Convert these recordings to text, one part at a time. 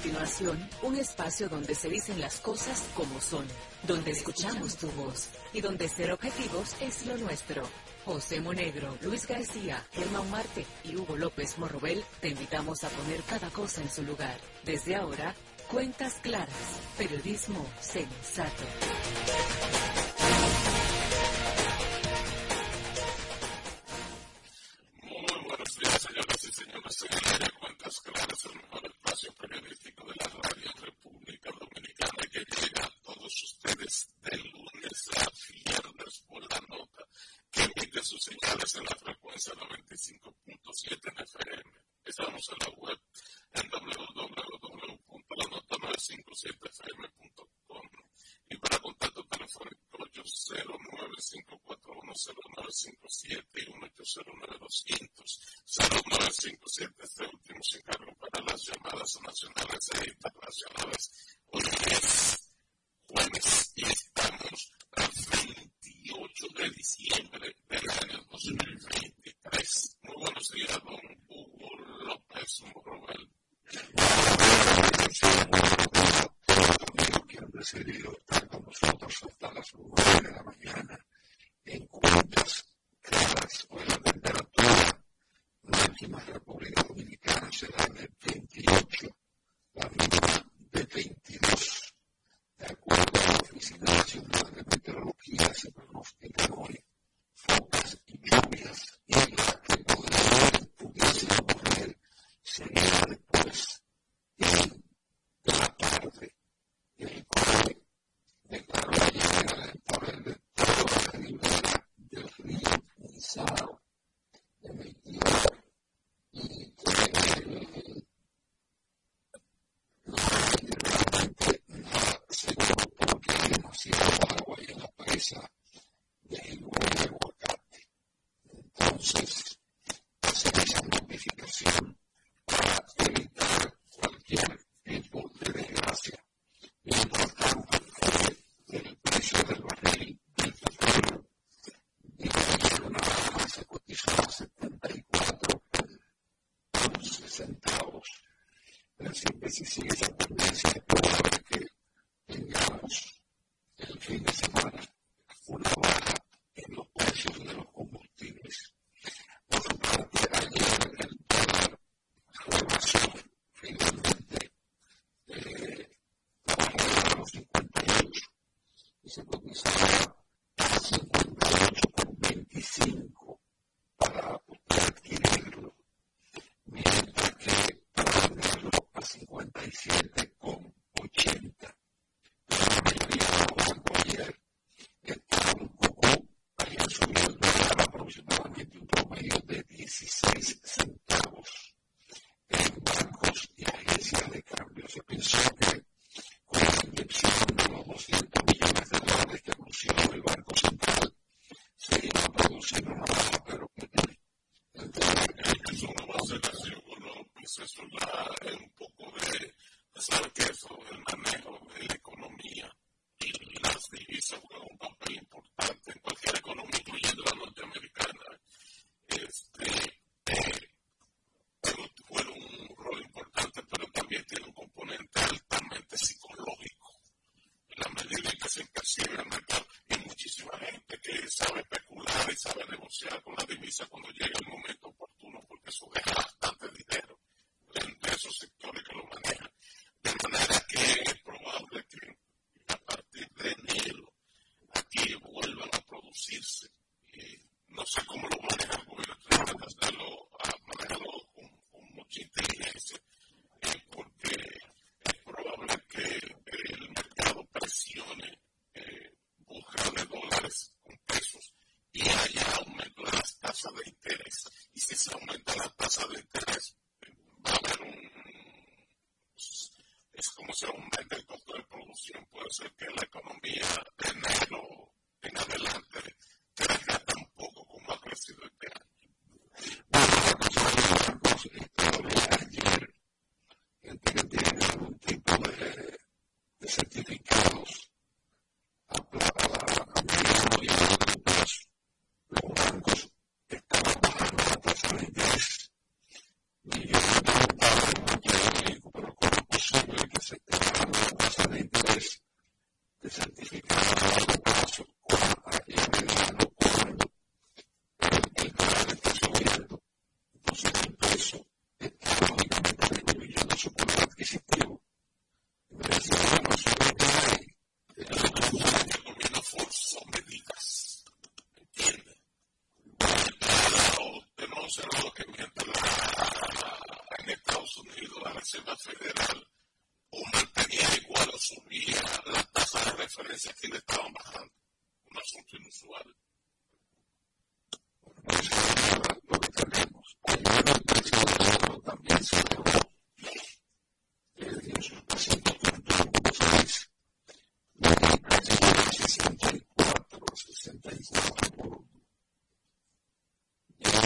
continuación, un espacio donde se dicen las cosas como son, donde escuchamos tu voz y donde ser objetivos es lo nuestro. José Monegro, Luis García, Germán Marte y Hugo López Morrobel te invitamos a poner cada cosa en su lugar. Desde ahora, cuentas claras, periodismo sensato. Muy buenos días, señoras y señores. En el área Cuentas Claras, el mejor espacio periodístico de la radio República Dominicana, que llega a todos ustedes de lunes a viernes por la nota, que emite sus señales en la frecuencia 95.7 en FM. Estamos en la web en www.lanota957fm.com y para contacto telefónico 809-541-0957 y 1-809-200-0957. Este último se encarga para las llamadas nacionales e internacionales. Hoy es jueves y estamos al 28 de diciembre del año 2023. Muy buenos días, don Hugo López Morrobel. Amigos que han decidido estar con nosotros hasta las 9 de la mañana en Cuentas Claras. Hoy la temperatura máxima de República Dominicana será de 28, la mínima de 22. De acuerdo a la Oficina Nacional de Meteorología, se pronostican hoy focas y lluvias y las que pudiesen ocurrir sería después de la tarde. El COE declaró ayer el poder de toda la ribera del río Nizao emitió y que realmente nada seguro porque hay demasiado agua y en la presa de Higüey y Aguacate. Entonces, hacer esa notificación para evitar cualquier tipo de desgracia. Mientras tanto, el precio del barril del petróleo dijo ayer nada más se cotizó a 74,11 centavos. Siempre si sigue esa tendencia es probable que tengamos el fin de semana una baja en los precios de los combustibles. Por su parte, ayer el dólar rebasó finalmente la barrera de los 58 y se cotizaba a 58,25 para poder adquirirlo, mientras que para venderlo a 57,80. La mayoría de los bancos ayer estaban un poco, habían subido el dólar aproximadamente un promedio de 16 centavos. En bancos y agencias de cambio se pensó que con la inyección de los 200 millones de dólares que anunció el Banco Central se iba a producir una baja, pero que eso no va a ser así, bueno, pues eso es un poco de saber que eso, el manejo de la economía y las divisas juegan un papel importante en cualquier economía, incluyendo la norteamericana. Juega un rol importante, pero también tiene un componente altamente psicológico. En la medida en que se percibe el mercado, y hay muchísima gente que sabe especular y sabe negociar con la divisa cuando llega el momento oportuno, porque eso deja bastante dinero entre esos sectores que lo manejan. De manera que es probable que a partir de enero aquí vuelvan a producirse. No sé cómo lo maneja el gobierno, trata de manejarlo con mucha inteligencia, porque es probable que el mercado presione búsqueda de dólares con pesos y haya aumento de las tasas de interés. Y si se aumenta la tasa de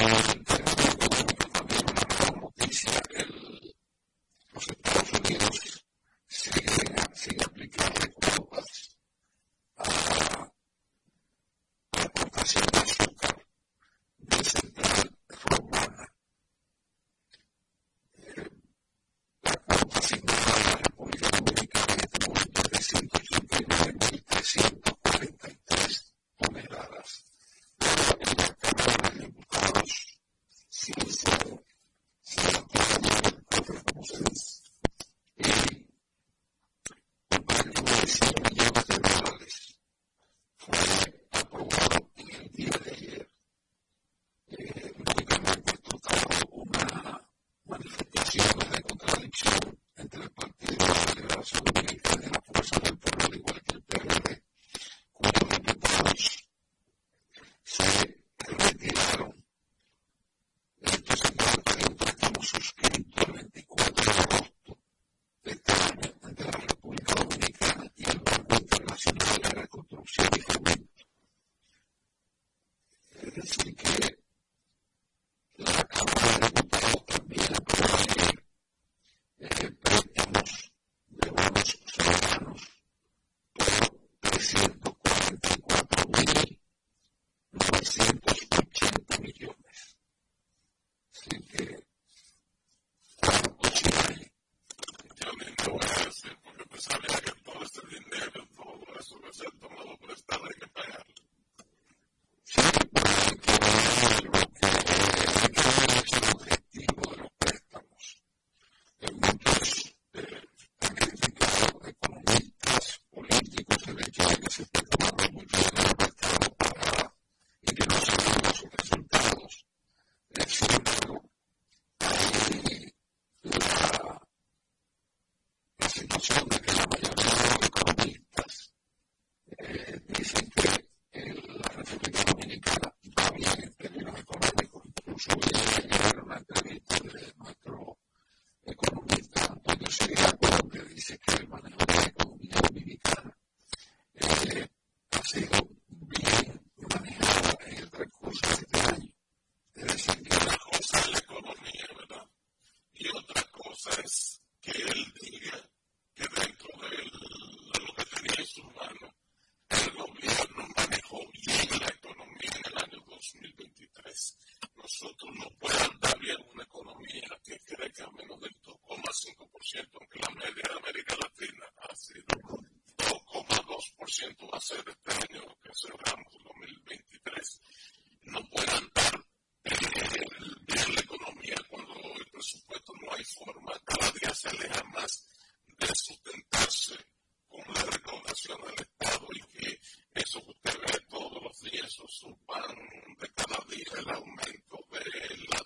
Eso, su pan de cada día, el aumento de la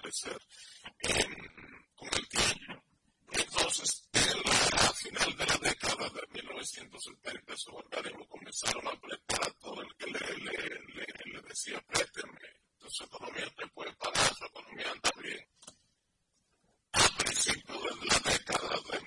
desaparecer con el tiempo. Entonces, a final de la década de 1970, esos organismos comenzaron a prestar a todo el que le decía présteme. Entonces, su economía te puede pagar, su economía anda bien. Al principio de la década de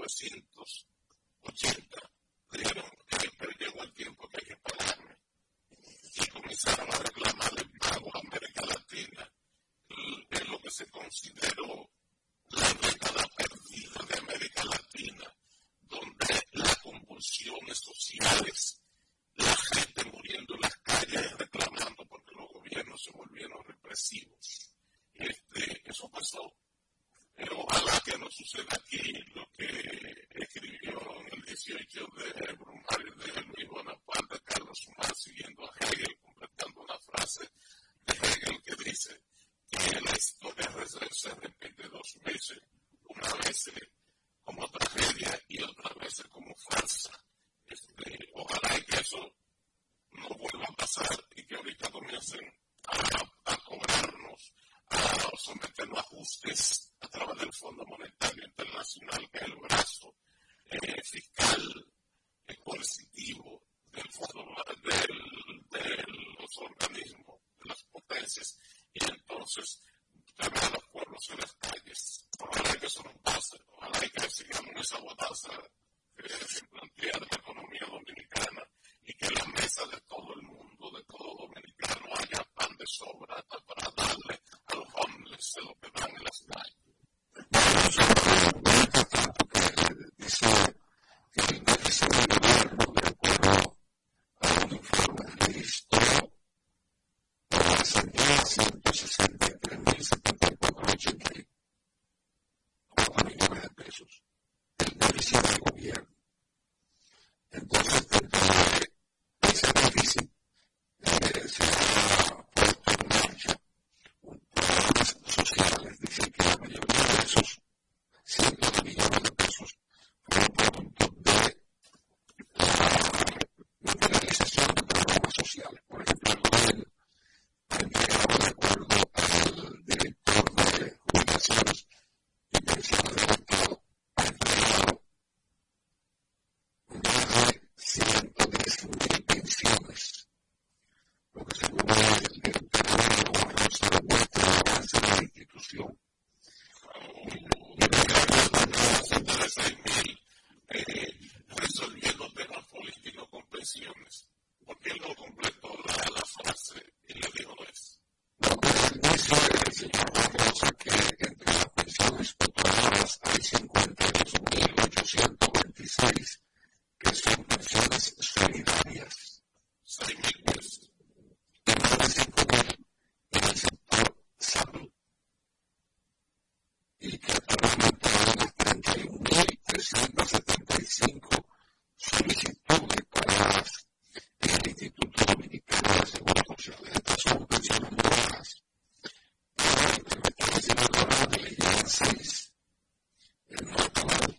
1980, dijeron que llegó el tiempo que hay que pagarme. Y comenzaron a reclamar el pago a América Latina, en lo que se consideró la década perdida de América Latina, donde las convulsiones sociales, la gente muriendo en las calles reclamando porque los gobiernos se volvieron represivos. Eso pasó. Ojalá que no suceda aquí lo que escribió en el 18 de Brumario de Luis Bonaparte, Carlos Marx, siguiendo a Hegel, completando una frase de Hegel que dice que la historia se repite dos veces, una vez como tragedia y otra vez como farsa. Ojalá que eso no vuelva a pasar y que ahorita comiencen a cobrarnos, a someternos a ajustes a través del Fondo Monetario Internacional, que es el brazo fiscal coercitivo del fondo de los organismos, de las potencias, y entonces también a los pueblos en las calles. Ojalá que eso no pase, ojalá que sigamos esa botaza que plantea la economía dominicana y que en la mesa de todo el mundo, de todo dominicano, haya pan de sobra para darle a los hombres de lo que dan en las calles. Dice que el déficit del gobierno, de acuerdo a un informe registró 13.163.784 millones de pesos. El déficit del gobierno. Entonces, dentro de ese déficit se ha puesto en marcha programas sociales. Dicen que la mayoría de esos cientos de millones de pesos fueron producto de la realización de programas sociales. Por ejemplo, el gobierno ha entregado, de acuerdo al director de jubilaciones y pensiones del Estado, ha entregado más de 110.000 pensiones, lo que según el director de Juan Rosa demuestra el avance de la institución. De 6.000 resolviendo temas políticos con pensiones, porque él no completó la frase y le dijo no es. No, pues dice el señor Juan Rosa que entre las pensiones otorgadas hay 58.826 que son pensiones solidarias, 6.000 pesos, y más de 5.000 en el sector salud, y que actualmente hay unas 31.375 solicitudes paradas en el Instituto Dominicano de Seguros Sociales. Estas son pensiones muy bajas. Pero me está diciendo que ahora le llegan 6. El no acabado.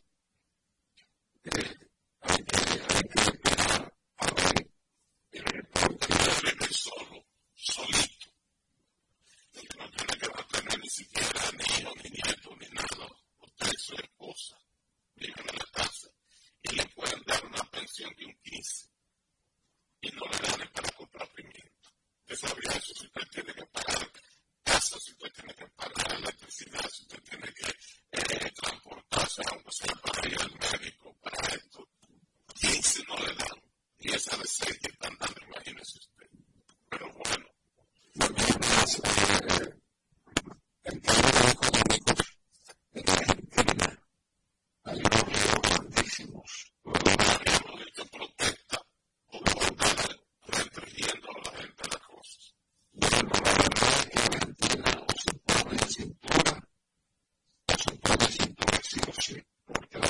Hay que esperar a ver el reporte de vivir solo, solito. El que no tiene que mantener ni siquiera ni hijo, ni nieto, ni nada. Usted y su esposa viven en la casa y le pueden dar una pensión de un 15 y no le dan para comprar pimiento. Usted sabría eso si usted tiene que pagar casa, si usted tiene que pagar electricidad, si usted tiene que transportarse, aunque sea para ir al médico, para esto. 15 no le dan. Y esa de 6 que están dando, imagínese usted. Pero bueno. En términos económicos, en Argentina hay unos riesgos grandísimos. Los riesgos del que protesta o por andar restringiendo a la gente las cosas. Bueno, la verdad es que en Argentina o se pone cintura sí o sí, porque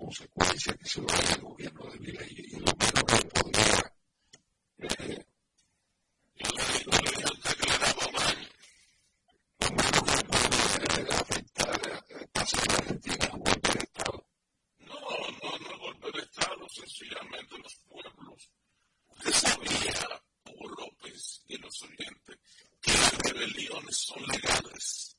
consecuencia que se lo haga el gobierno de Milei y lo menos que podría afectar pasar a Argentina a un golpe de Estado. No golpe de Estado, sencillamente los pueblos. Usted sabía, Hugo López y los oyentes, que las rebeliones son legales.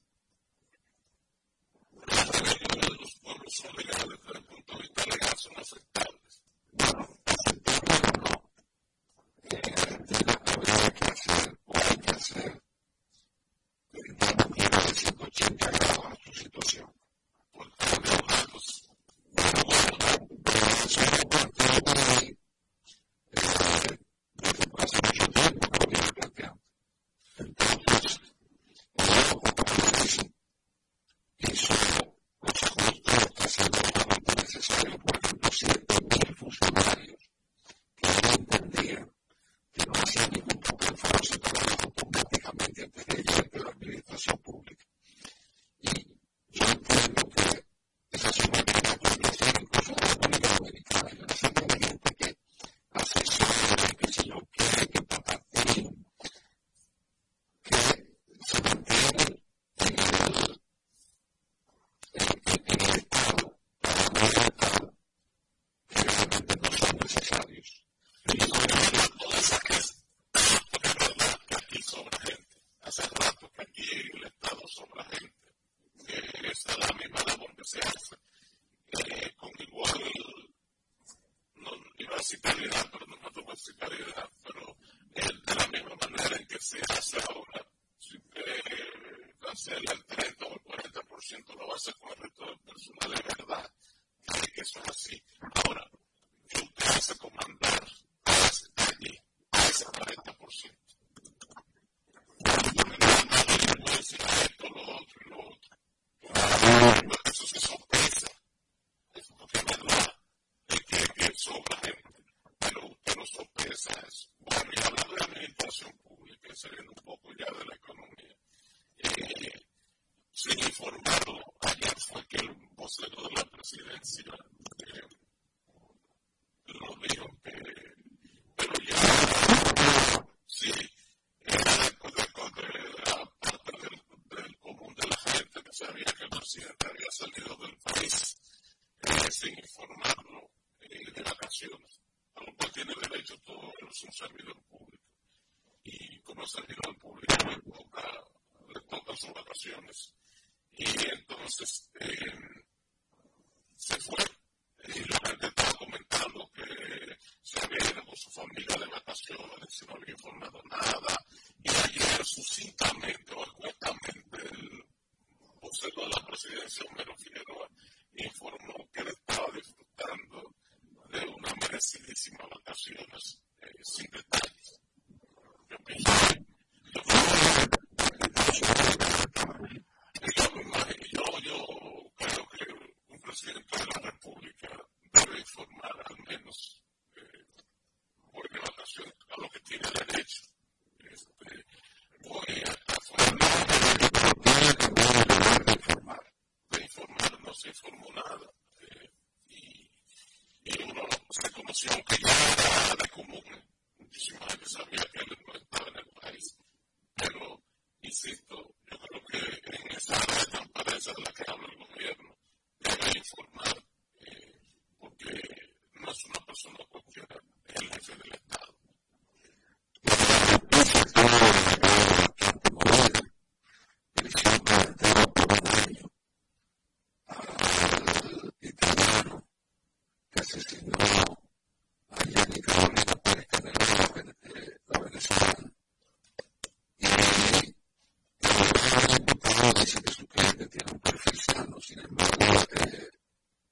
Las rebeliones de los pueblos son legales desde el punto de vista legal, son aceptables. Bueno, aceptables no. En Argentina habría que hacer, o hay que hacer, ya no quiero de 180 grados a su situación. Porque los datos, somos partidos de ahí, desde hace mucho tiempo que lo viene planteando. Entonces, eso, como dicen, hizo los ajustes, está haciendo totalmente necesario. Por ejemplo, 7.000 funcionarios que no entendían que no hacían ningún tipo de esfuerzo y trabajaban automáticamente antes de llegar de la administración pública. Y yo entiendo que esas son medidas que se hacen incluso en la República Dominicana. Yo no sé que hay gente que asesora, que si yo qué, que patatín, que se mantienen en el Estado, para el Estado, que realmente no son necesarios. Aquí sobra gente. Hace rato que aquí el Estado sobra gente. Que esa es la misma labor que se hace. Con igual, no iba a decir calidad, pero no me toca decir calidad, pero de la misma manera en que se hace ahora, si usted cancela el 30 o el 40%, lo va a hacer con el resto del personal, es verdad que eso es así. Ahora, que usted hace comandar allí a ese 40%. No puede decir esto, lo otro y lo otro. Eso se sopesa. Eso porque es verdad que sobra gente, pero usted no sopesa eso. Bueno, y hablando de administración pública, saliendo un poco ya de la economía, sin informarlo, ayer fue que el vocero de la presidencia lo dijo que, pero ya, sí, después de la parte del común de la gente que sabía que el presidente había salido del país sin informarlo de vacaciones, a lo cual tiene derecho todo, es un servidor público. Y como servidor público le toca sus vacaciones. Y entonces se fue. Y la gente estaba comentando que se había ido con su familia de vacaciones y no había informado nada. Y ayer sucintamente o escuetamente el vocero de la presidencia, Homero Figueroa, informó que él estaba disfrutando de unas merecidísimas vacaciones sin detalles. Yo pienso que yo creo que un presidente de la República debe informar al menos por de vacaciones a lo que tiene derecho. Voy de informar, no se informó nada. Y uno se conoció, aunque ya era de común. Muchísima gente sabía que él no estaba en el país. Pero, insisto, yo creo que en esa área de transparencia de la que habla el gobierno, debe informar, porque no es una persona cualquiera, es el jefe del Estado. El siempre entero por un año al italiano que asesinó a Gianni Carolina Pérez Canelero, la venezolana. Y el diputado dice que su cliente tiene un perfil sano, sin embargo,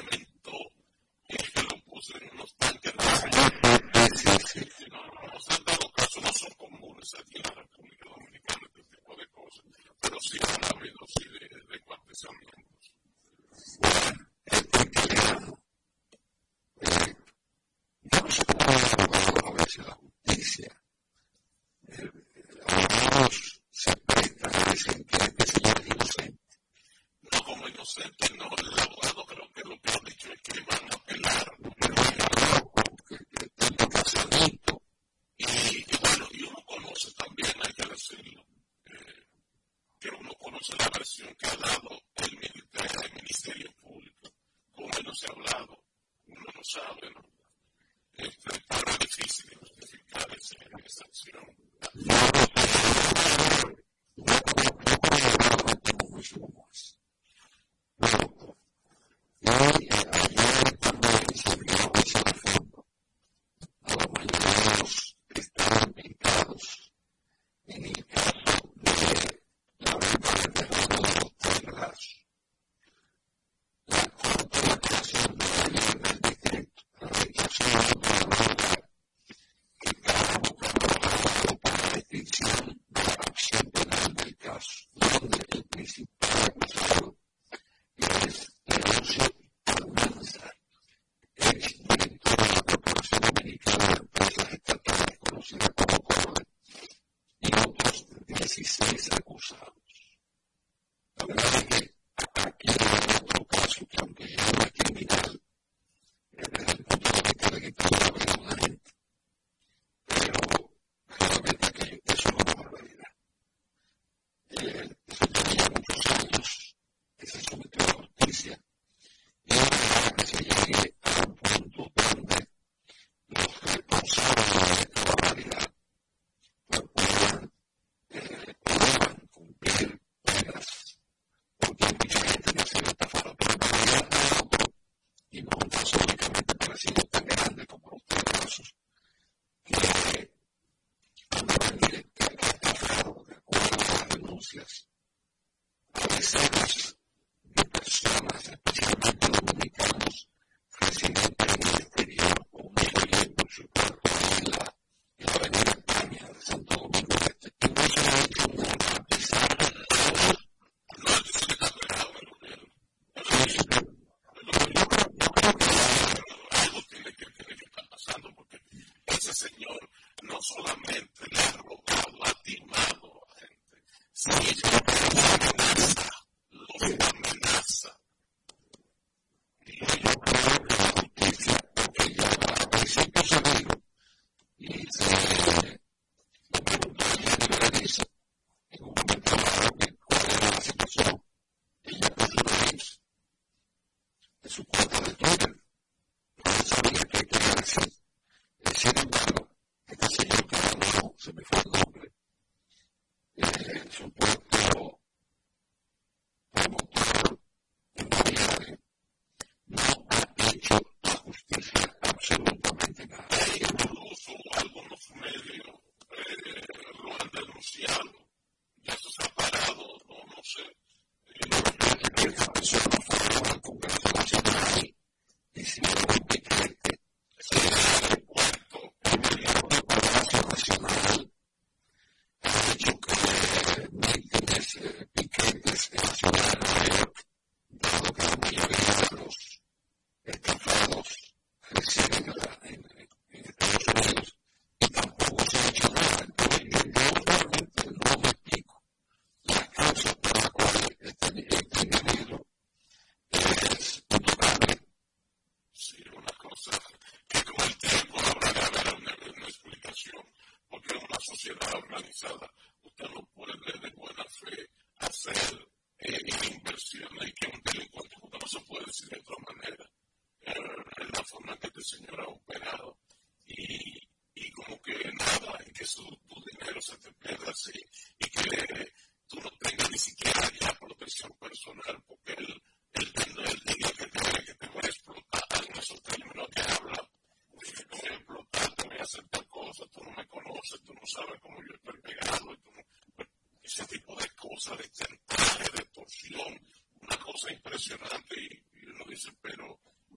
Impresionante y uno dice, pero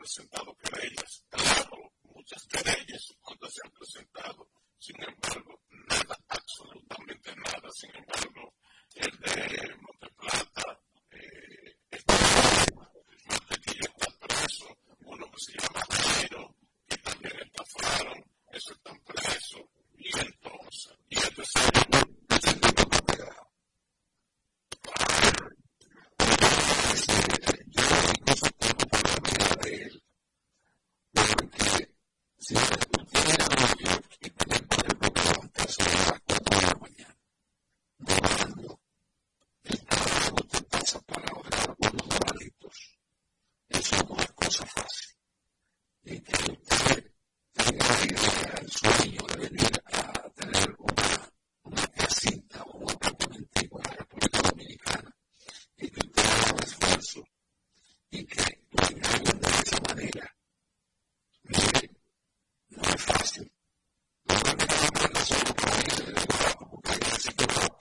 presentado querellas. Claro, muchas querellas cuando se han presentado. Sin embargo, nada, absolutamente nada. Sin embargo, el de Monteplata, Mantequilla está preso, uno que se llama Jairo, que también estafaron, eso están presos. Y entonces, y este señor, si tú tienes a Nueva York y tienes, por ejemplo, que levantarse a las 4 de la mañana, volando, el trabajo te pasa para ahorrar unos dolaritos. Eso no es cosa fácil. Y que usted tenga la idea, el sueño de venir a tener una casita o un apartamentico en la República Dominicana y que usted haga un esfuerzo y que lo engañen de esa manera. Mire, no es fácil. Lo que hay que aprender son los países de trabajo, porque hay que decir que no.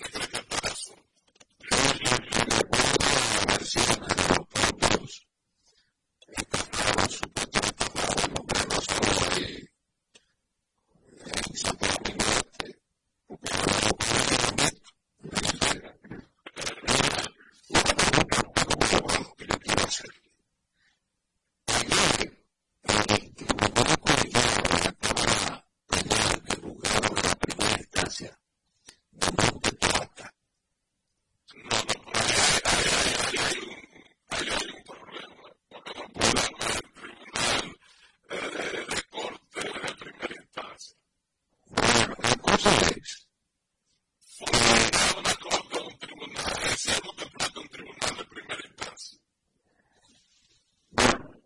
Yo recuerdo las versiones de los propios estafados, supuestamente estafados, el nombre de los pobres en Santo Domingo Este, porque yo no lo una isla, un trabajo que yo quiero hacer. El tribunal colegiado acaba el juzgado de la primera instancia de Monteplata. no, pero ahí hay un problema, porque no puede haber tribunal de corte de primera instancia. Bueno, la cosa es, Fundamentar una corte o un tribunal, es algo que trata un tribunal de primera instancia. bueno,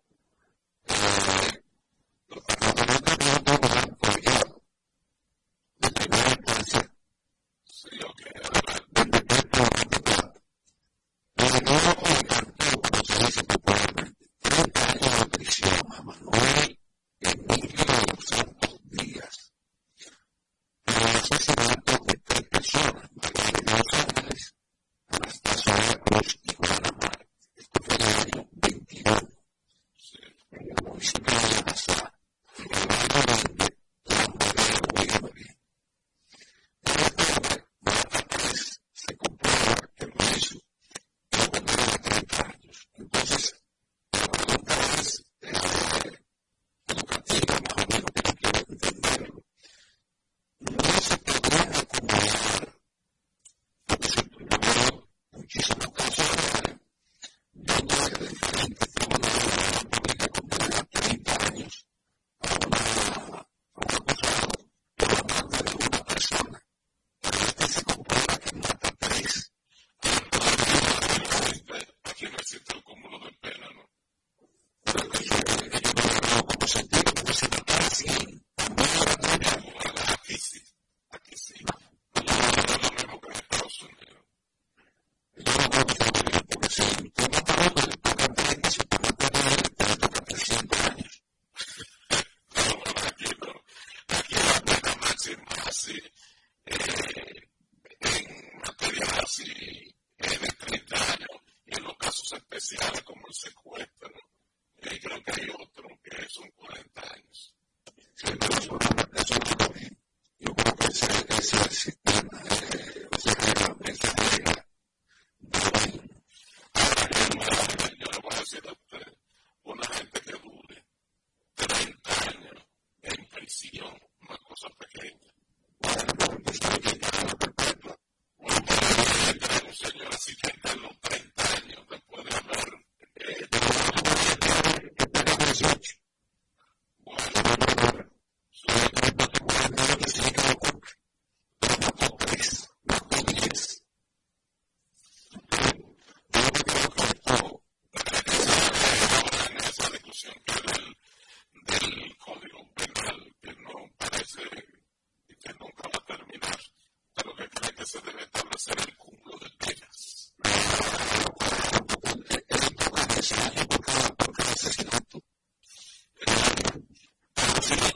los apartamentos de un tribunal colegiado de primera instancia Sí, ok, adelante. del decreto de Monteplata. Le dieron como castigo, como se dice popularmente, 30 años de prisión a Manuel Emilio de los Santos Díaz por el asesinato de 3 personas, María de Los Ángeles, Anastasio de la Cruz y Juana Márquez. Esto fue en el año 21, en el municipio de Yanazá, en el barrio de Lambaré, oígame bien. En este hombre, mata 3, se comprueba que lo hizo y lo condenan a 30 años. Entonces, la pregunta es educativa, más o menos, que yo quiero entenderlo. No se podrían acumular, porque yo veo muchísimos casos reales, donde diferentes tribunales de la República condenan a 30 años a un acusado por la muerte de una persona. Pero este se comprueba que mata 3. Aquí no existe el cúmulo de pena, ¿no? Pero que yo no lo veo como sentido, porque si matara 100, también era 30 años. Bueno, aquí sí. No es lo mismo que en Estados Unidos. Yo no creo que sea bien, porque si usted mata a otro, le toca 30, si usted mata a él, le toca 300 años. Pero bueno, aquí la pena máxima así, en materia así, de 30 años, y en los casos especiales como el secuestro, creo que hay otro que son 40 años. Sí, pero eso no está bien. Yo creo que ese sistema, esa regla, Yo le voy a decir a usted, una gente que dure 30 años en prisión, una cosa pequeña. bueno, yo soy que cadena perpetua. Bueno, pero 30 años, señora, sí que están los 30 años después de haber Que tenga 18. bueno, No que sí que lo cumple. Pero mató 3, mató 10. Yo lo que creo que esto, ahora en esa discusión que del Código Penal, que no parece y que nunca va a terminar, pero que cree que se debe establecer el cúmulo de penas. eso toca 10 años por cada asesinato. Pero sí,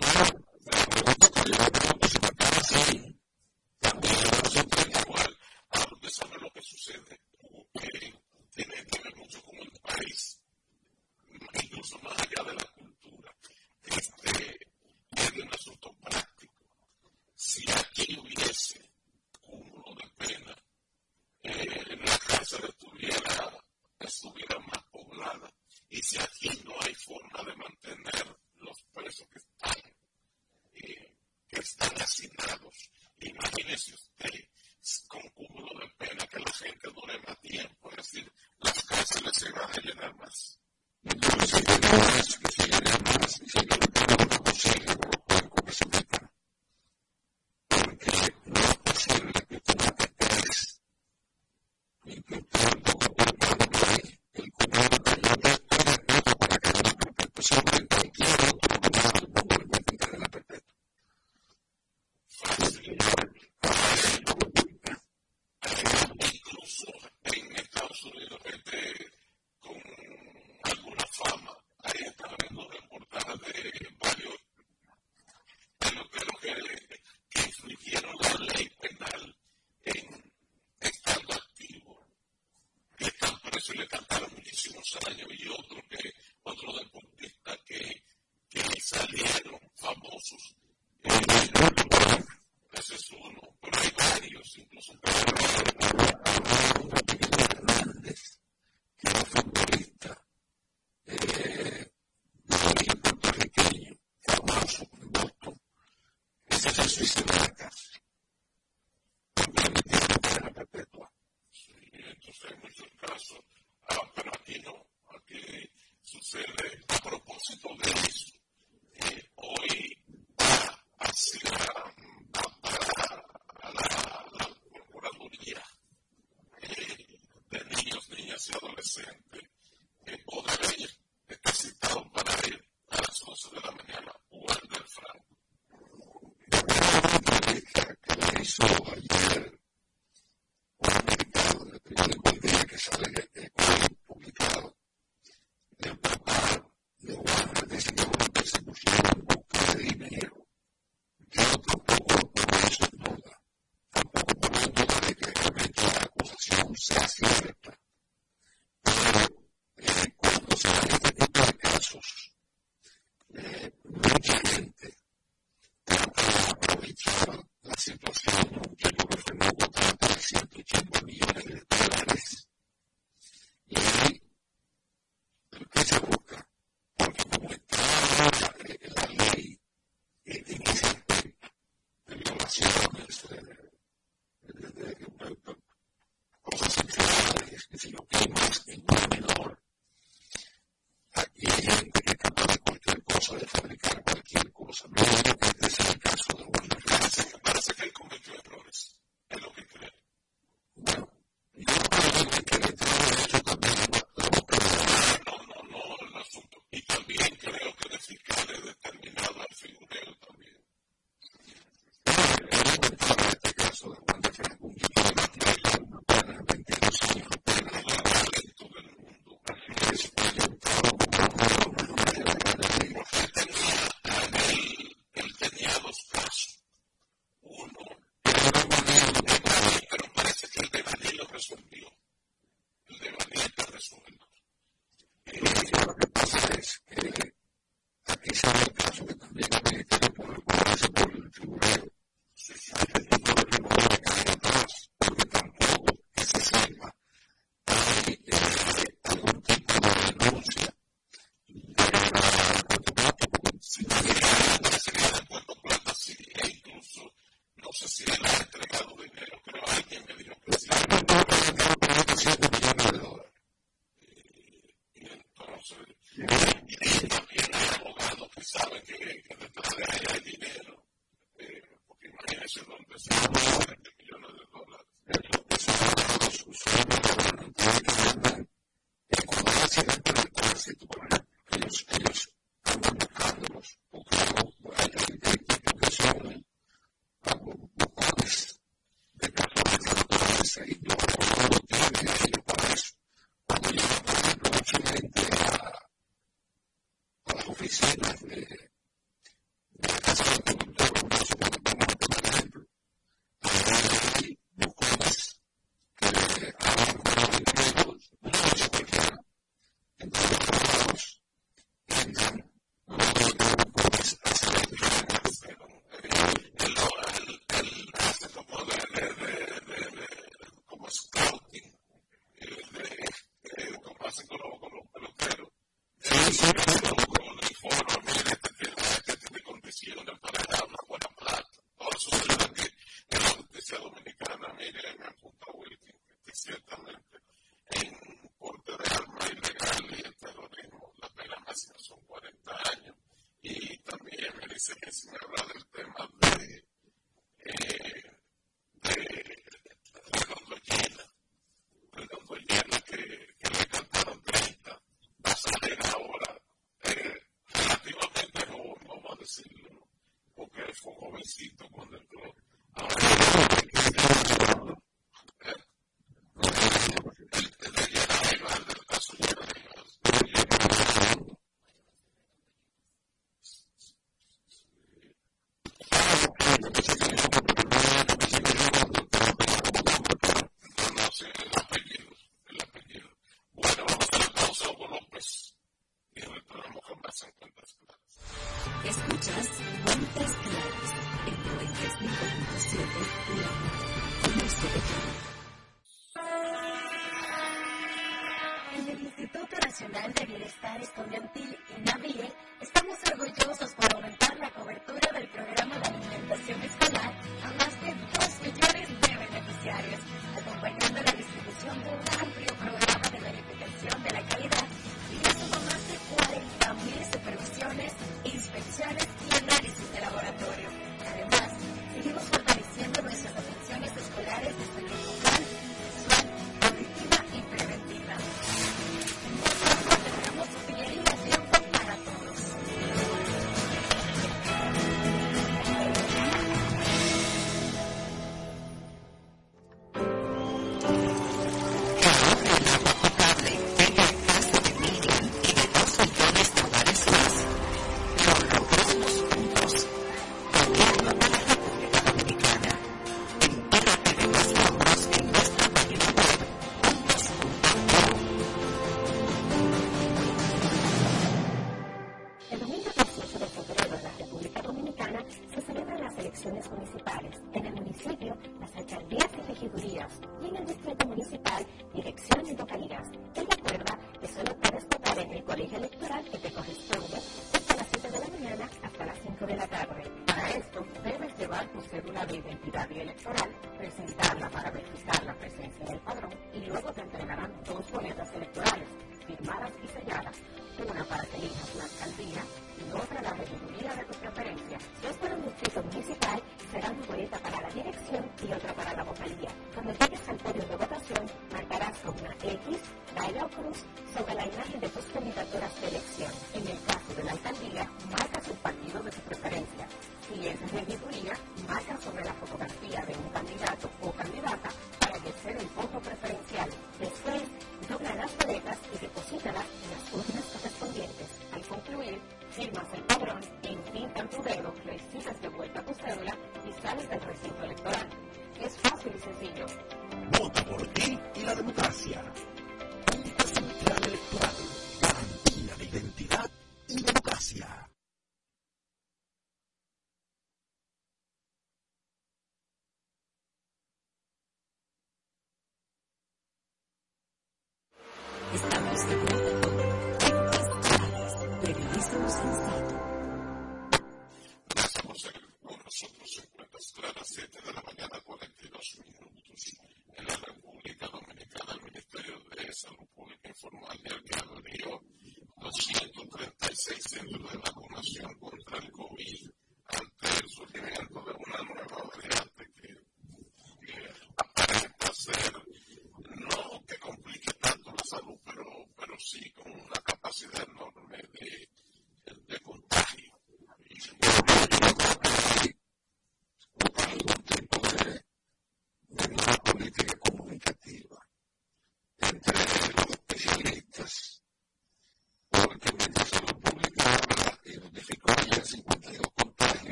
Estamos de vuelta con Cuentas Claras, periodismo sensato.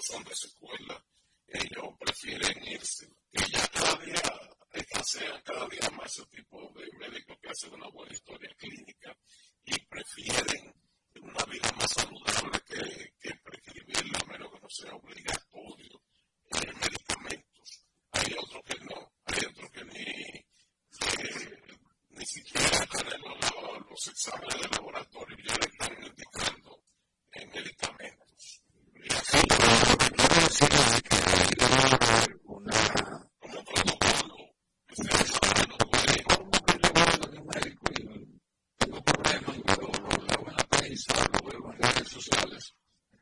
son de secuela, ellos prefieren irse. Y ya cada día escasean cada día más ese tipo de médicos que hacen una buena historia clínica y prefieren una vida más saludable que prescribirle, a menos que no sea obligatorio, medicamentos. Hay otros que no, hay otros que ni siquiera tienen los exámenes de laboratorio, ya le están indicando medicamentos. Y así, quiero decir es que ahí debe haber como protocolo, que sea no puede. como que yo voy a un médico y tengo problemas y lo leo en la prensa, lo veo en redes sociales,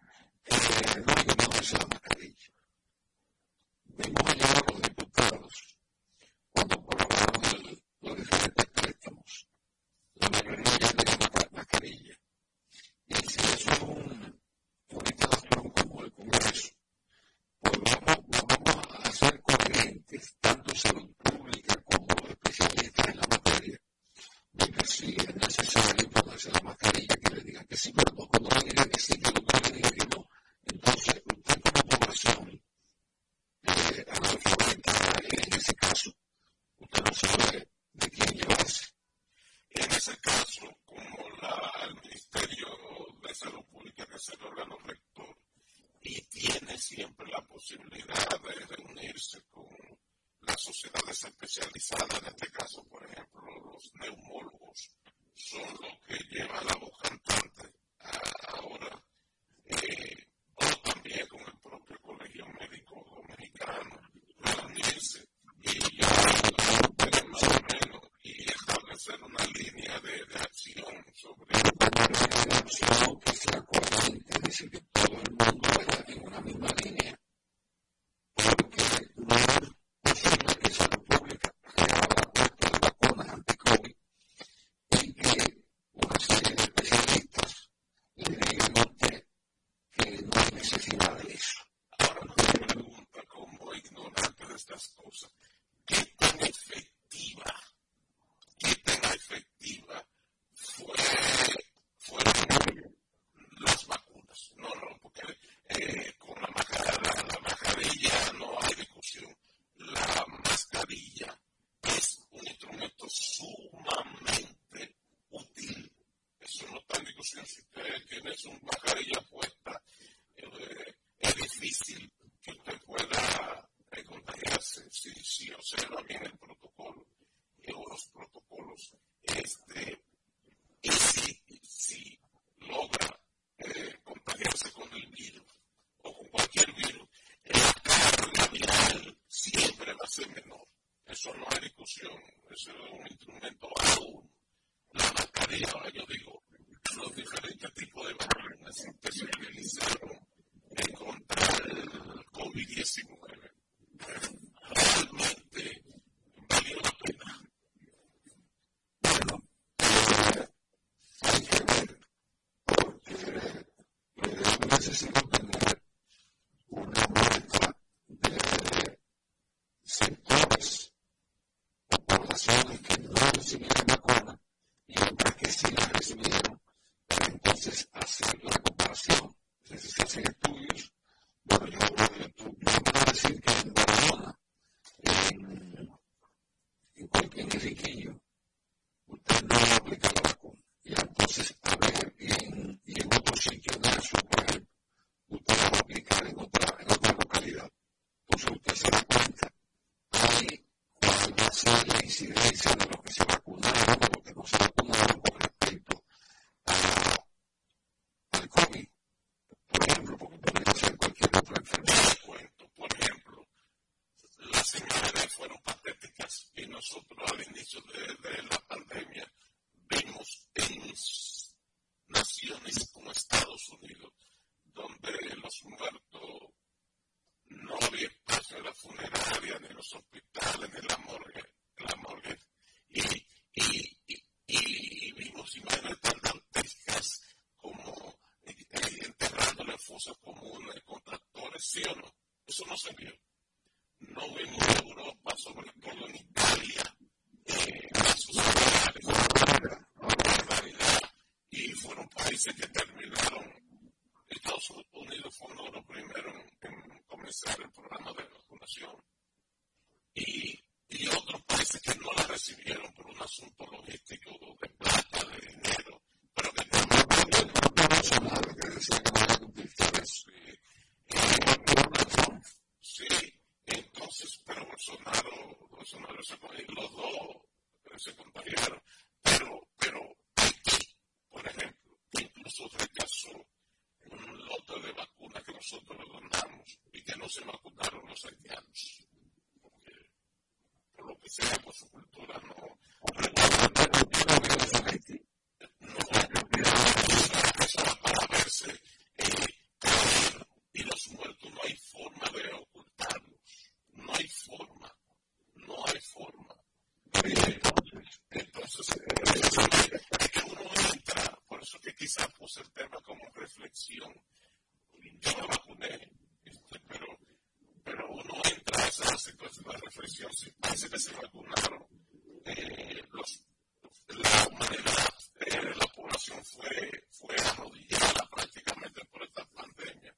no hay que ponerse la mascarilla. Vimos allá a los diputados cuando aprobaron los diferentes préstamos. La mayoría ya tenía mascarilla. Y si eso es una instalación como el Congreso, pues vamos a ser coherentes, tanto salud pública como los especialistas en la materia, de que si es necesario ponerse la mascarilla, que le digan que sí, pero no, cuando le digan que sí, que el doctor le diga que no. Entonces, usted como población analfabeta, en ese caso, usted no sabe de quién llevarse. En ese caso, como el Ministerio de Salud Pública, que es el órgano rector, y tiene siempre la posibilidad de reunirse con las sociedades especializadas, en este caso, por ejemplo, los neumólogos, son los que llevan la voz cantante ahora, o también con el propio Colegio Médico Dominicano, reunirse y ya más o menos y establecer una línea de acción sobre una acción que sea coherente, es decir, que todo el mundo vaya en una misma línea, porque no es posible que salud pública abra puestos de vacunas anti-COVID y que una serie de especialistas le digan a usted que no hay necesidad de eso. Ahora me pregunta como ignorante de estas cosas, ¿qué tan efectiva fueron las vacunas? No, porque con la mascarilla no hay discusión. La mascarilla es un instrumento sumamente útil. Eso no está en discusión. Si usted tiene su mascarilla puesta, es difícil que usted pueda contagiarse si observa bien el protocolo o los protocolos. Y si logra contagiarse con el virus o con cualquier virus, la carga viral siempre va a ser menor. Eso no hay discusión. Eso es un instrumento aún. La mascarilla, ahora yo digo, los diferentes tipos de vacunas que se utilizaron contra el COVID-19 realmente valió la pena. Bueno, hay que ver, porque necesito tener una muestra de sectores o poblaciones que no recibieron vacuna y otras que sí la recibieron, para entonces hacer la comparación. Entonces se hacen estudios. Bueno, yo puedo decir que en Barcelona, en cualquier Enriquillo, usted no va a aplicar la vacuna. Y entonces, a ver, y en otro sitio, en el sur, por ejemplo, usted la va a aplicar en otra localidad. Entonces usted se da cuenta ahí cuál va a ser la incidencia de los que se vacunaron, de los que no se vacunaron con respecto al COVID. Por ejemplo, porque podría ser cualquier otra enfermedad. Por ejemplo, las imágenes fueron patéticas y nosotros al inicio de la pandemia vimos en naciones como Estados Unidos, donde los muertos no había espacio en la funeraria, ni en los hospitales, ni en la morgue. Y vimos imágenes tan dantescas como enterrándole en fosas comunes con tractores, ¿sí o no? Eso no se vio. No vimos en Europa, sobre todo en Italia, casos similares, barbaridad, y fueron países que terminaron. Estados Unidos fue uno de los primeros en incluso rechazó un lote de vacunas que nosotros le donamos y que no se vacunaron los haitianos. Porque, por lo que sea, por su cultura no para verse caer, y los muertos no hay forma de ocultarlos. No hay forma. Entonces, es que uno entra, por eso que quizás puse el tema como reflexión. Yo me vacuné, pero uno entra a esa situación de reflexión. Si parece que se vacunaron, la humanidad, la población fue arrodillada prácticamente por esta pandemia.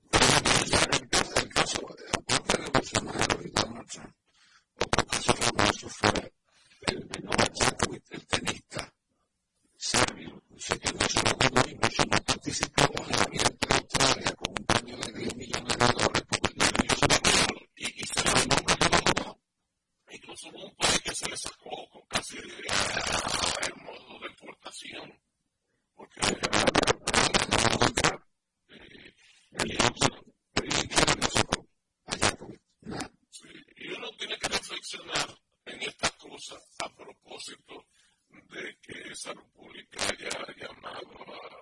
El caso, aparte de Bolsonaro y Donald Trump, otro caso famoso fue el Novak Djokovic, el tenista serbio, que no se vacunó, incluso no participó en el Abierto de Australia con un premio de $10 millones porque el niño se vacunó y se vacunó. Incluso hubo un país que se le sacó con casi el modo de exportación, porque y uno tiene que reflexionar en estas cosas a propósito de que Salud Pública haya llamado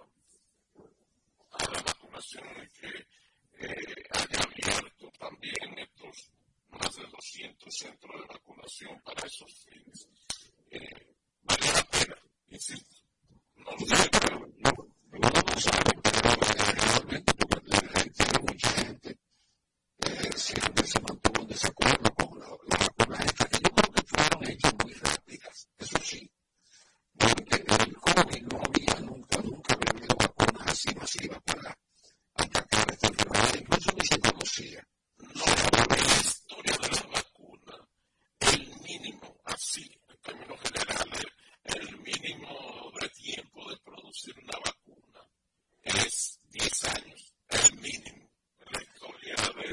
a la vacunación y que haya abierto también estos más de 200 centros de vacunación para esos fines. Vale la pena, insisto. No lo sé, pero uno no sabe, pero realmente tiene mucha gente siempre se mantuvo en desacuerdo con las vacunas estas, que yo creo que fueron hechas muy rápidas, eso sí, porque el COVID no había nunca habido vacunas así masivas para atacar esta enfermedad, incluso ni se conocía. No había en la historia de la vacuna el mínimo, así, en términos generales, el mínimo de tiempo de producir una vacuna es 10 años, el mínimo. La historia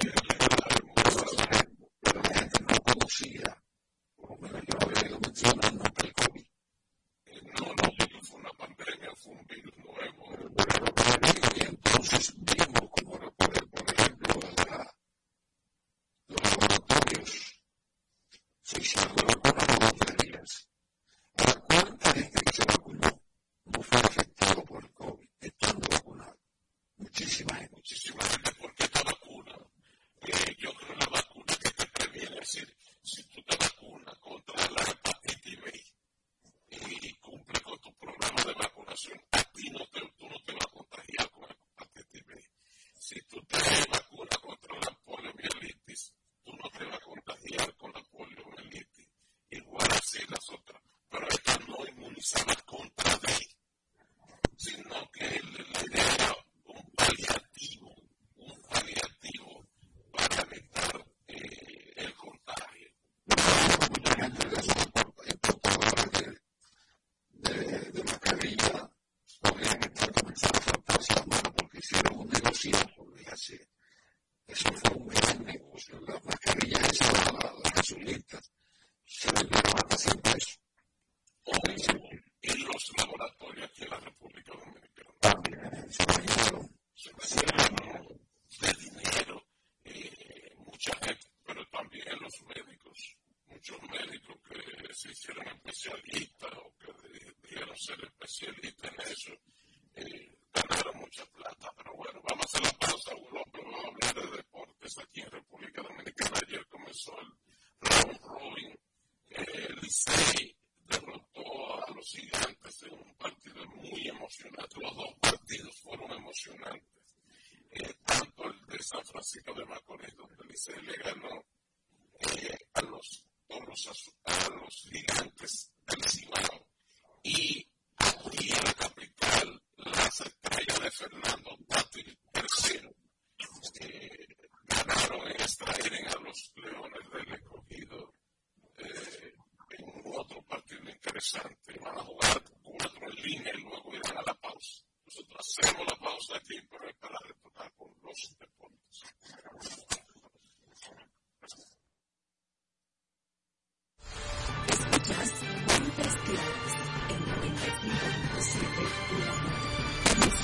pero la gente no conocía, como yo había ido mencionando, el COVID. No, fue una pandemia, fue un virus nuevo. Y entonces vimos como recuerden, por ejemplo, los laboratorios se hicieron de vacunas por 3 días. Ahora, ¿cuánta gente que se vacunó no fue afectado por el COVID estando vacunado? Muchísima gente, porque esta vacuna, yo creo la vacuna que te previene, es decir, si tú te vacunas contra la hepatitis B y cumples con tu programa de vacunación, a ti tú no te vas a contagiar con la hepatitis B. Si tú te vacunas contra la poliomielitis, tú no te vas a contagiar con la poliomielitis. Igual así las otras, pero esta no inmunizaba contra D, sino que la idea era un paliativo para evitar el contagio. Mucha gente de esos importadores de mascarilla podrían estar comenzando a faltarse la mano porque hicieron un negocio, fíjate, eso fue un gran negocio. Las mascarillas esas, las azulitas, se vendieron hasta $100. Y los laboratorios aquí en la República Dominicana también se llenaron de dinero, mucha gente, pero también los médicos, muchos médicos que se hicieron especialistas o que dijeron ser especialistas en eso, ganaron mucha plata. Pero bueno, vamos a hacer la pausa, vamos a hablar de deportes aquí en República Dominicana. Ayer comenzó el round robin, Licey derrotó a los Gigantes en un partido muy emocionante. Los dos partidos fueron emocionantes. Tanto el de San Francisco de Macorís, donde Licey le ganó a los Gigantes del Cibao, y aquí en la capital, las Estrellas de Fernando Tati III ganaron en extraer a los Leones del Escogido en otro partido interesante. Van a jugar 4 en línea y luego irán a la pausa. Nosotros hacemos la pausa aquí, pero es para retornar con los deportes. Escuchas Ondas Claras en 95.7.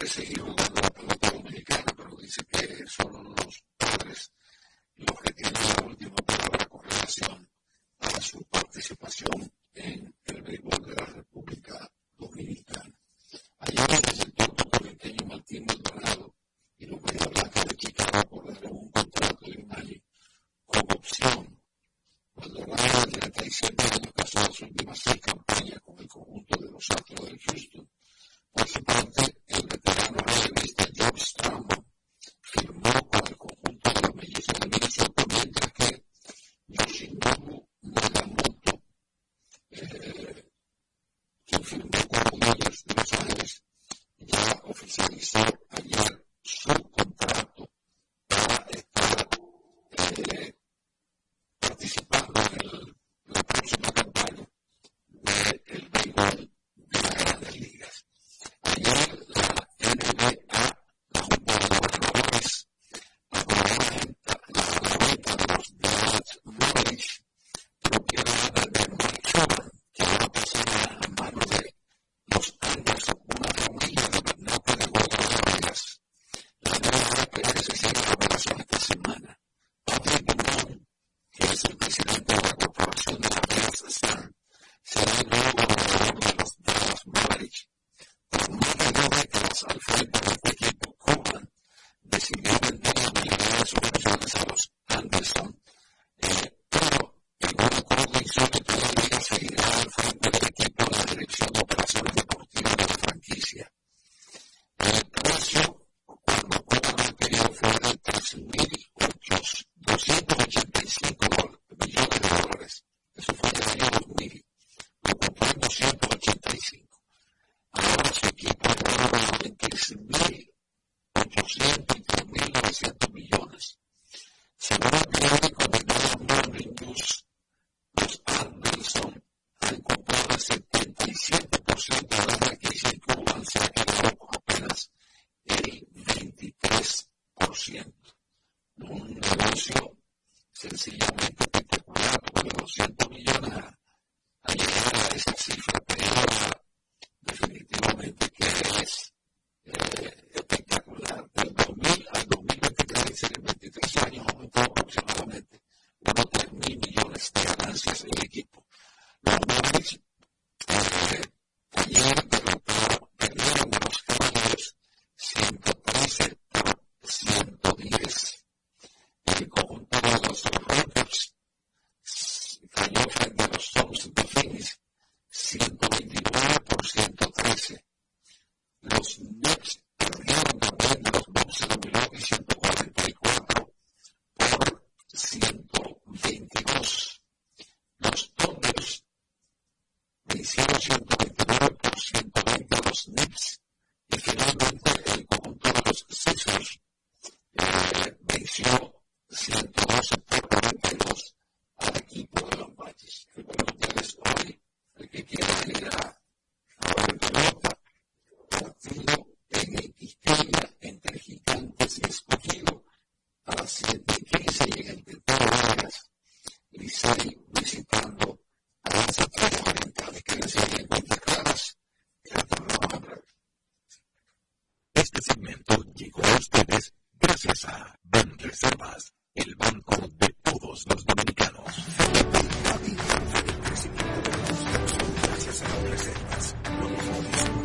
seguir jugando la pelota dominicana, pero dice que son los padres los que tienen la última palabra con relación a su participación en el béisbol de la República Dominicana. Ayer se presentó el puertorriqueño Martín Maldonado y los Medias Blancas de Chicago acordaron un contrato de un año con opción. Maldonado, de 37 años, casó su última 6 campañas con el conjunto de los Astros de Houston. Por su parte, el veterano relevista George Stramon firmó con el conjunto de los Mellizos de Minnesota, mientras que Yoshinobu Nagamoto, quien firmó con los Dodgers de Los Ángeles, ya oficializó ayer su contrato para estar participando en la próxima campaña del béisbol de las Grandes Ligas. Ayer la NBA, la Junta de Gobernadores, aprobó la venta de los Dallas Mavericks, propiedad de Mike Cuban, que ahora pasará a manos de los Anderson, una familia de magnates de juego de Las Vegas. La NBA espera que se cierre la operación esta semana. Patrick Bowman, que es el presidente de la corporación de Las Vegas Sun, será el nuevo gobernador de los Dallas Mavericks. Por más de 2 décadas al frente de este equipo, Cuban decidió vender la mayoría de sus acciones a los Anderson, pero en un acuerdo insólito de la liga seguirá al frente del equipo en la dirección de operaciones deportivas de la franquicia. El precio, cuando Cuban lo pidió, fue de $285 millones. Eso fue en el año 2000. Lo compró en 285. Ahora su equipo es de 96.800 y 3.900 millones. Según el periódico de Dallas Morning News, los Anderson han comprado el 77% de la franquicia y Cuban se ha quedado con apenas el 23%. Un negocio sencillamente espectacular, porque de 200 millones a llegar a esa cifra peor, definitivamente que es espectacular. Del 2000 al 2023, en 23 años, aumentó aproximadamente unos 3.000 millones de ganancias en el equipo. Los Mavericks ayer perdieron a los Cavaliers 113 por 110. El conjunto de los Raptors cayó frente a los Suns de Phoenix 129 por 113. Los Nets perdieron también de los Bucks de Milwaukee 144 por 122. Los Thunders vencieron 129 por 120 a los Knicks. Y finalmente el conjunto de los Sixers venció 112 por 42 al equipo de los Magic. El pelotero es hoy, el que quiera ir a ver pelota, partido en Quisqueya entre Gigantes y Escogido a las 7:15 y en el Tetero Vargas, Licey visitando a las Estrellas Orientales. Quédense ahí en Cuentas Claras, que ya tornamos en breve. Este segmento llegó a ustedes gracias a Banreservas, el banco de todos los dominicanos. El crecimiento de la construcción gracias a Banreservas. Lo mejor de su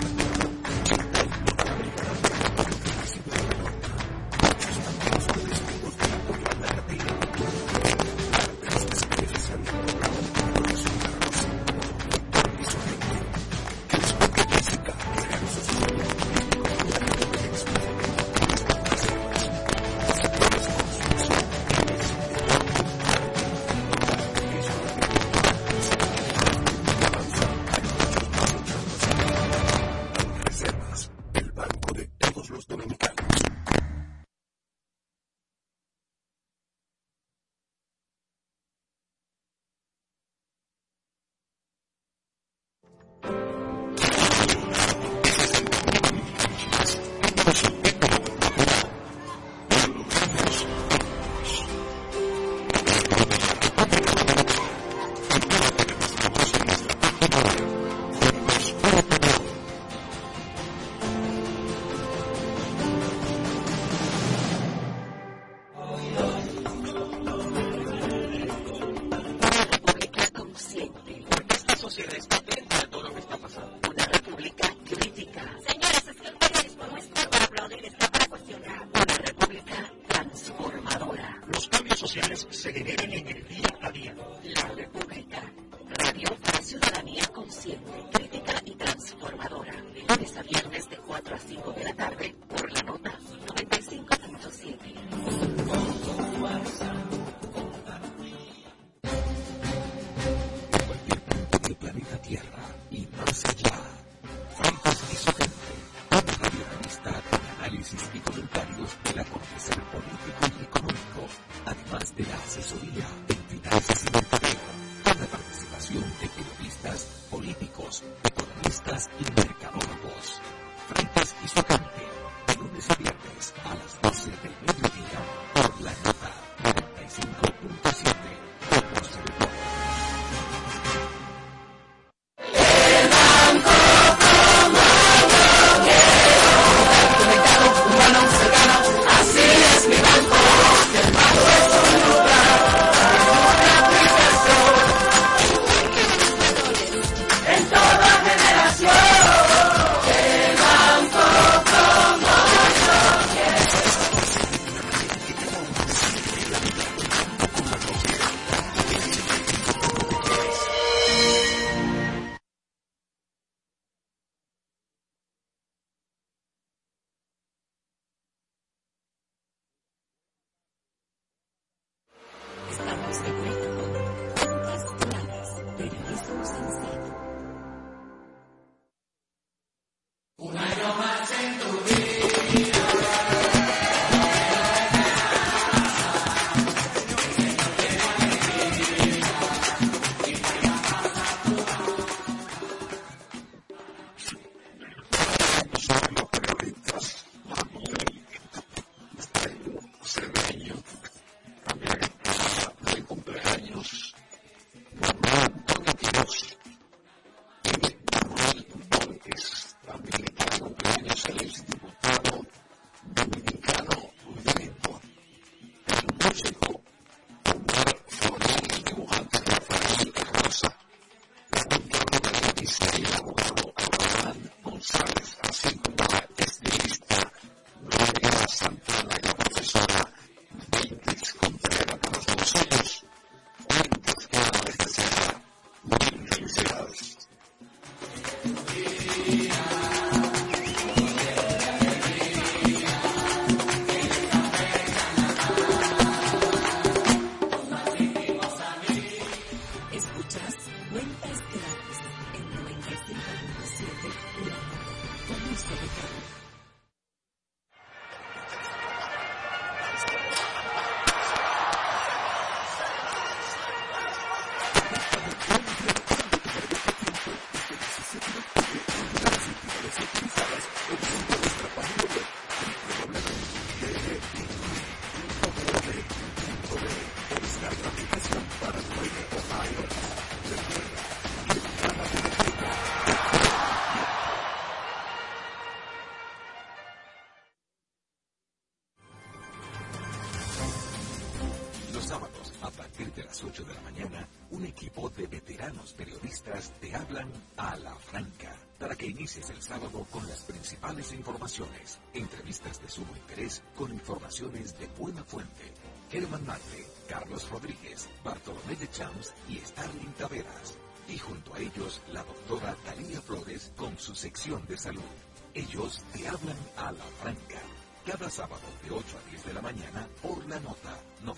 El sábado con las principales informaciones, entrevistas de sumo interés con informaciones de buena fuente. Germán Marte, Carlos Rodríguez, Bartolomé de Champs y Starling Taveras. Y junto a ellos, la doctora Talía Flores con su sección de salud. Ellos te hablan a la franca. Cada sábado de 8 a 10 de la mañana por la nota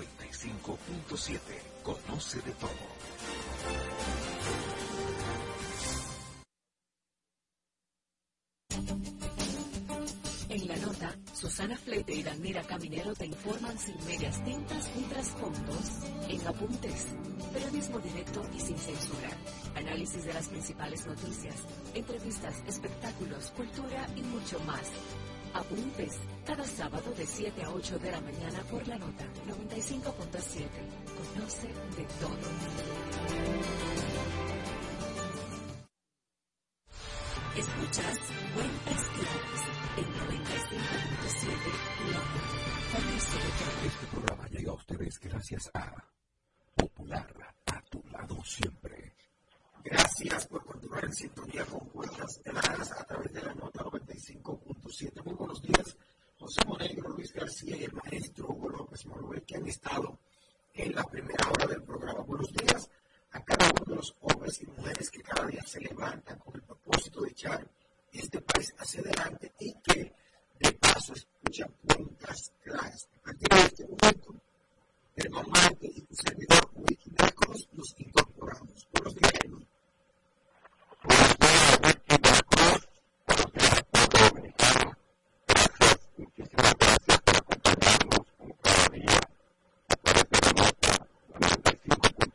95.7. Conoce de todo. En la nota, Susana Flete y Danira Caminero te informan sin medias tintas ni trasfondos, en apuntes, periodismo directo y sin censura, análisis de las principales noticias, entrevistas, espectáculos, cultura y mucho más. Apuntes, cada sábado de 7 a 8 de la mañana por la nota 95.7. Conoce de todo. Escuchas Cuentas Claras en 95.7. Este programa llega a ustedes gracias a Popular, a tu lado siempre. Gracias por continuar en sintonía con Cuentas Claras a través de la nota 95.7. Muy buenos días, José Monegro, Luis García y el maestro Hugo López Morbe, que han estado en la primera hora del programa. Buenos días a cada uno de los hombres y mujeres que cada día se levantan con el propósito de echar este país hacia adelante y que de paso escuchan Cuentas Claras. A partir de este momento, Germán Marte y tu servidor Wiki Náconos nos incorporamos. Buenos días, Germán. Buenos días, Wiki Náconos. Buenos días, pueblo dominicano. Gracias, muchísimas gracias por acompañarnos como cada día a través de la nota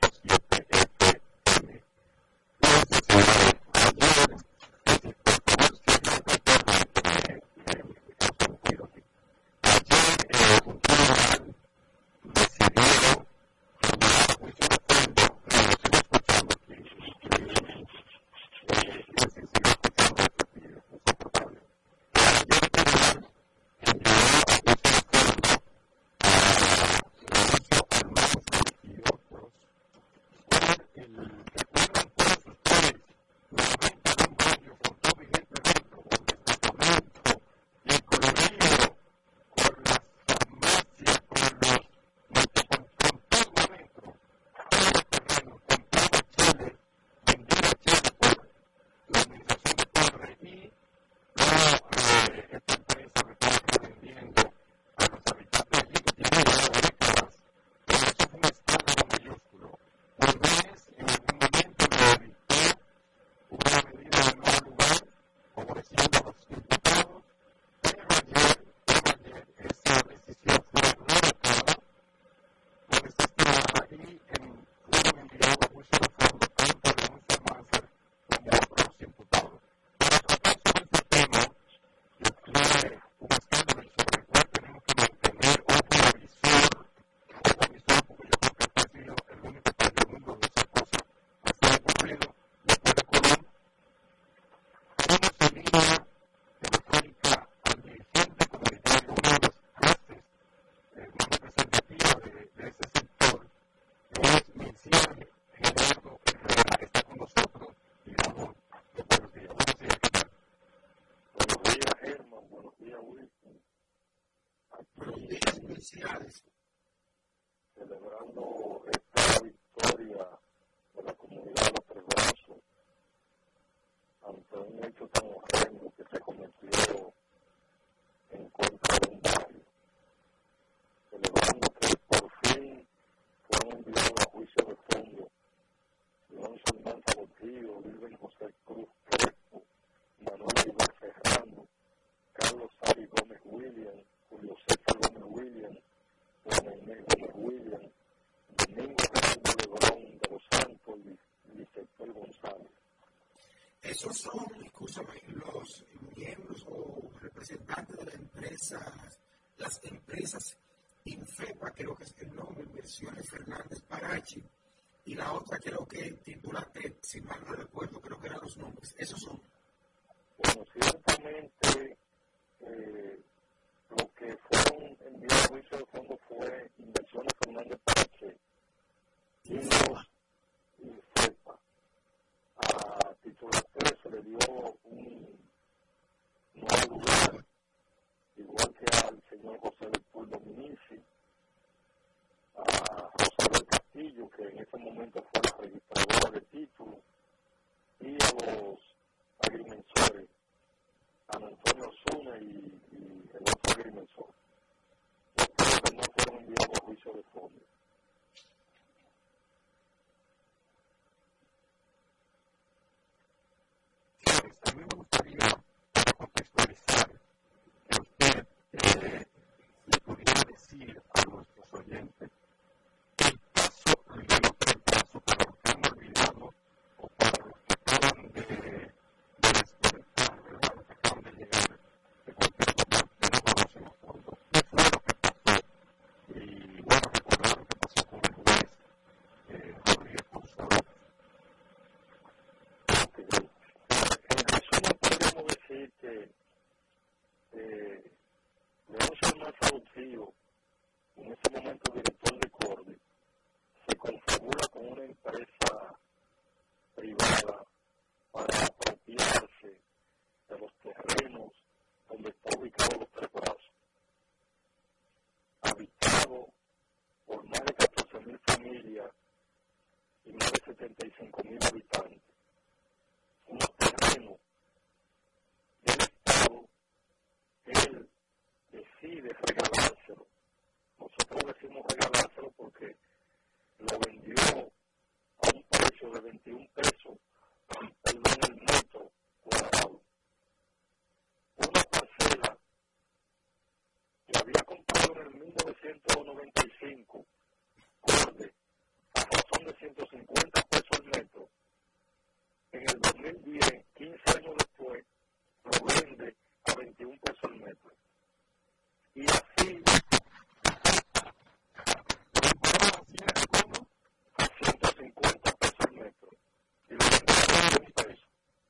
95.7 FM. Fíjense, ayer el director Felicidades. Celebrando esta victoria de la comunidad de los Tres Brazos ante un hecho tan horrendo que se cometió en contra de un barrio. Celebrando que por fin fueron enviados a juicio de fondo León Almanza Botillo, Wilber José Cruz Crespo, Manuel Ibar Serrano, Carlos Ari Gómez William, Julio César Gómez William, Juan Inés Gómez William, Domingo Raimundo Lebrón de los Santos y Licetón González. Esos son, escúchame, los miembros o representantes de las empresas Infepa, creo que es el nombre, Inversiones Fernández Parachi, y la otra creo que titula TED, si mal no recuerdo, creo que eran los nombres. Esos son. Bueno, ciertamente lo que fueron enviados a juicio de fondo fue Inversiones Fernández Parachi y los Infepa. A titular 3 se le dio un nuevo lugar, igual que al señor José Lepul Dominici, a Rosa del Castillo, que en ese momento fue la registradora de títulos, y a los agrimensores, a Antonio Osuna y el otro agrimensor. Los que no fueron enviados a juicio de fondo. A mí me gustaría contextualizar que usted le pudiera decir a nuestros oyentes el caso de los Tres Brazos para los que han olvidado o para los que acaban de despertar, ¿verdad? Los que acaban de llegar de cualquier lugar que no conocen a fondo. ¿Qué fue lo que pasó? Y bueno, recordar lo que pasó con el juez Rodríguez Consuelo. En resumen, podríamos decir que León Almanza Botillo, en ese momento director de Corte, se configura con una empresa privada para apropiarse de los terrenos donde está ubicado los Tres Brazos, habitado por más de 14.000 familias y más de 75.000 habitantes. Unos terrenos del Estado, él decide regalárselo. Nosotros decimos regalárselo porque lo vendió a un precio de 21 pesos, perdón, el metro cuadrado. Una parcela que había comprado en el 1995, Corte, a razón de 150 pesos el metro. En el 2010, 15 años después, lo vende a 21 pesos el metro. Y así, a 150 pesos el metro. Y lo vende a 21 pesos.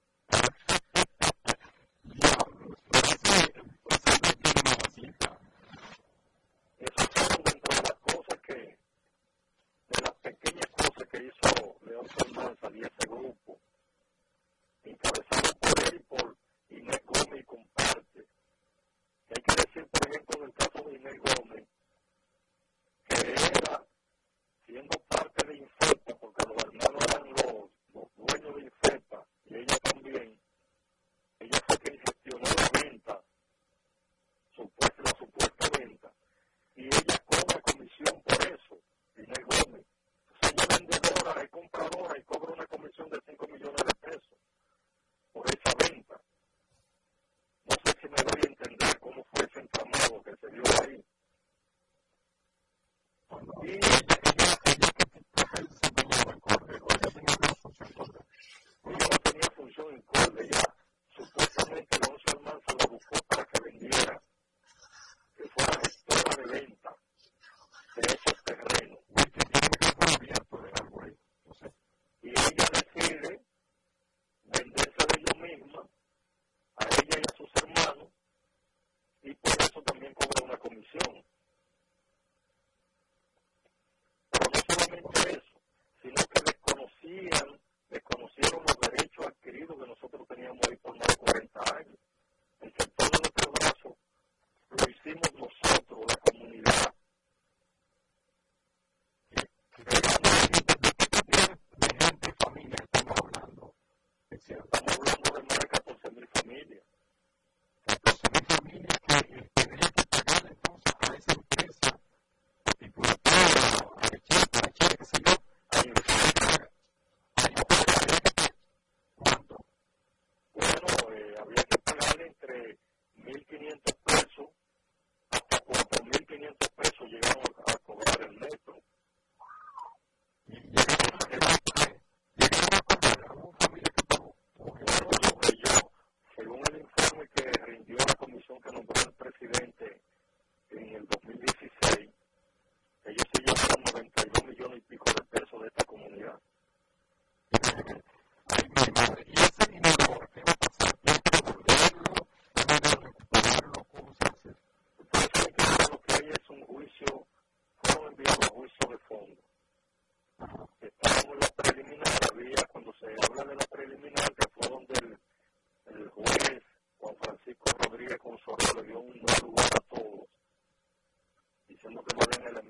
Esas fueron dentro de las cosas de las pequeñas cosas que hizo León Almanza y ese grupo, encabezado por él y por Inés Gómez y comparte. Hay que decir, por ejemplo, en el caso de Inés Gómez, que era, siendo parte de Infepa, porque los hermanos eran los dueños de Infepa, y ella también, ella fue quien gestionó la venta, la supuesta venta, y ella cobra comisión por eso, Inés Gómez. Entonces ella es vendedora, es compradora y cobra una comisión de 5 millones de pesos por esa venta. No sé si me doy a entender cómo fue ese entramado que se dio ahí. Y ella no tenía función en Corte, ya supuestamente León Almanza lo buscó para que vendiera, que fuera gestora de venta de esos terrenos. Y ella decide venderse de ella misma, a ella y a sus hermanos, y por eso también cobra una comisión.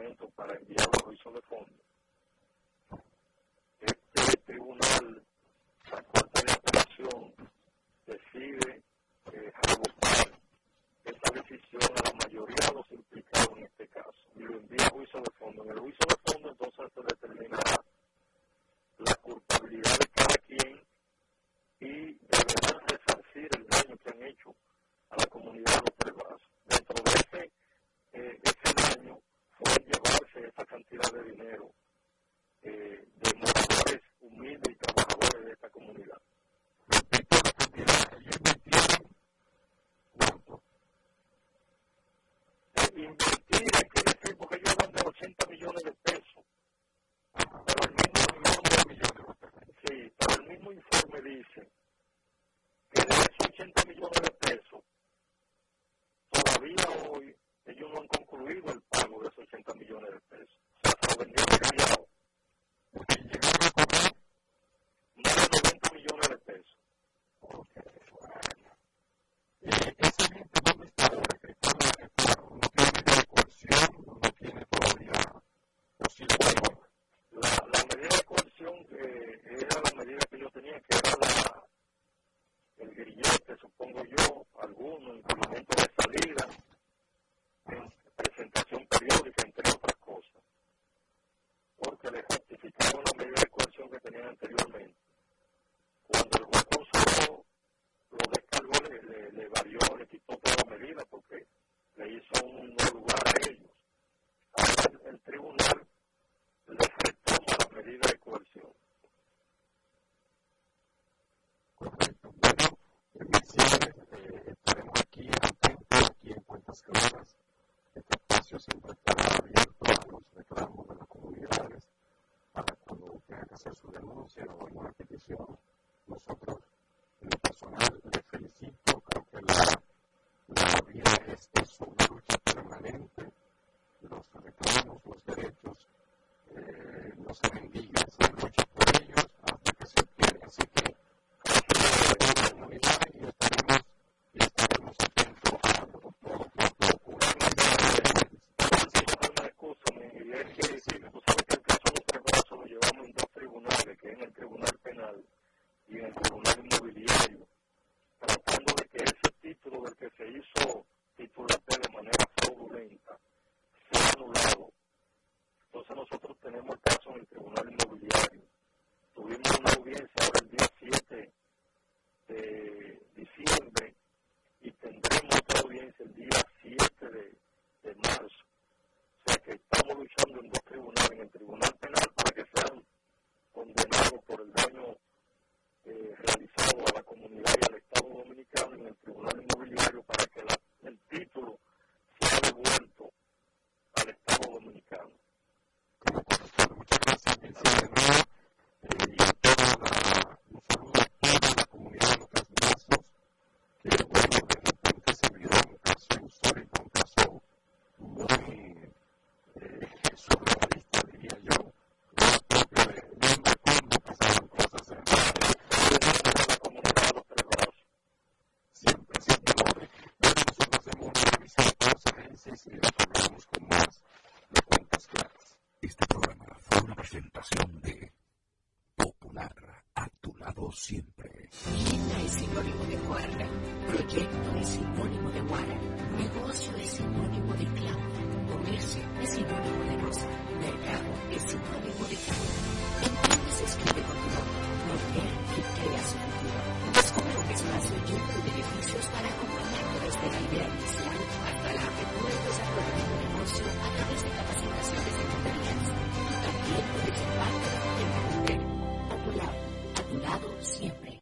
procedimiento para enviarlo a juicio de fondo. Este tribunal, la Corte de Apelación, decide revocar esa decisión a la mayoría de los implicados en este caso y lo envía a juicio de fondo. En el juicio de fondo entonces se determinará la culpabilidad de cada quien y deberán resarcir el daño que han hecho a la comunidad de los Tres Brazos. Dentro de ese daño fue llevarse esa cantidad de dinero de moradores humildes y trabajadores de esta comunidad. Invertir hay que decir, porque ellos hablan de 80 millones de pesos. Pero el mismo informe dice que de esos 80 millones de pesos, todavía hoy ellos no han concluido el pago de esos 80 millones de pesos. O sea, se lo vendieron cambiado. Más de 90 millones de pesos. Esa gente, ¿dónde está ahora? Que está no tiene medida de coerción, no tiene todavía posibilidad. La medida de coerción era la medida que yo tenía, que era el grillete, supongo yo, algunos, impedimento de salida, presentación periódica, entre otras cosas, porque le justificaron la medida de coerción que tenían anteriormente. Cuando el juez consultó, lo descargó, le varió, le quitó toda la medida porque le hizo un no lugar a ellos. Ahora el tribunal les retoma la medida de coerción. Correcto. Bueno, estaremos aquí atentos, aquí en Cuentas Claras. Este espacio siempre estará abierto a los reclamos de las comunidades para cuando tengan que hacer su denuncia o alguna petición. Nosotros, en lo personal, les felicito. Creo que la vida es una lucha permanente. Los reclamos, los derechos no se bendiga, se lucha por ellos hasta que se obtiene. Así que la comunidad y estaremos atentos a todo lo que ocurra. Y es que tú sabes que el caso de los Tres Brazos lo llevamos en dos tribunales, que es en el Tribunal Penal y en el Tribunal Inmobiliario, tratando de que ese título del que se hizo titularte de manera fraudulenta sea anulado. Entonces nosotros tenemos el caso en el Tribunal Inmobiliario. Tuvimos una audiencia ahora el día 7 de diciembre y tendremos otra audiencia el día 7 de marzo. O sea que estamos luchando en dos tribunales, en el Tribunal Penal para que sean condenados por el daño realizado a la comunidad y al Estado Dominicano, y en el Tribunal Inmobiliario para que el título sea devuelto al Estado Dominicano. Muchas gracias, Vincent. Y a un saludo a toda la comunidad de los Tres Brazos, que bueno, de repente se vio un caso histórico, un caso muy surrealista, diría yo. Era propio de un cuando pasaban cosas en la comunidad de los Tres Brazos. Siempre lo ve. Bueno, nosotros hacemos una revisión pausa y retornamos con más de Cuentas Claras. Este programa fue una presentación de Popular, a tu lado siempre. Vivienda es sinónimo de guarda, proyecto es sinónimo de guara, negocio es sinónimo de cloud, comercio es sinónimo de rosa, mercado es sinónimo de cloud. Entonces escribe con tu nombre, mujer que crea su futuro. Descubre un espacio lleno de beneficios para acompañarte desde la idea inicial hasta la apertura y desarrollo de tu negocio a través de capacitaciones y tutorías. Tú también puedes ser parte de la mujer. Popular, a tu lado siempre.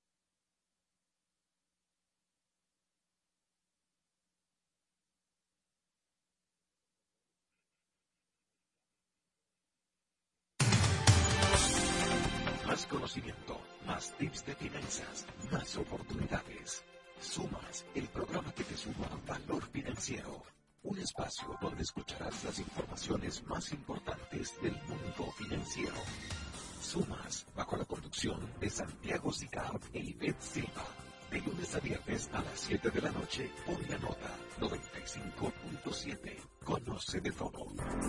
Más conocimiento, más tips de finanzas, más oportunidades. Sumas, el programa que te suma valor financiero. Un espacio donde escucharás las informaciones más importantes del mundo financiero. Sumas, bajo la conducción de Santiago Sicap e Ivette Silva. De lunes a viernes a las 7 de la noche por La Nota 95.7. Conoce de todo.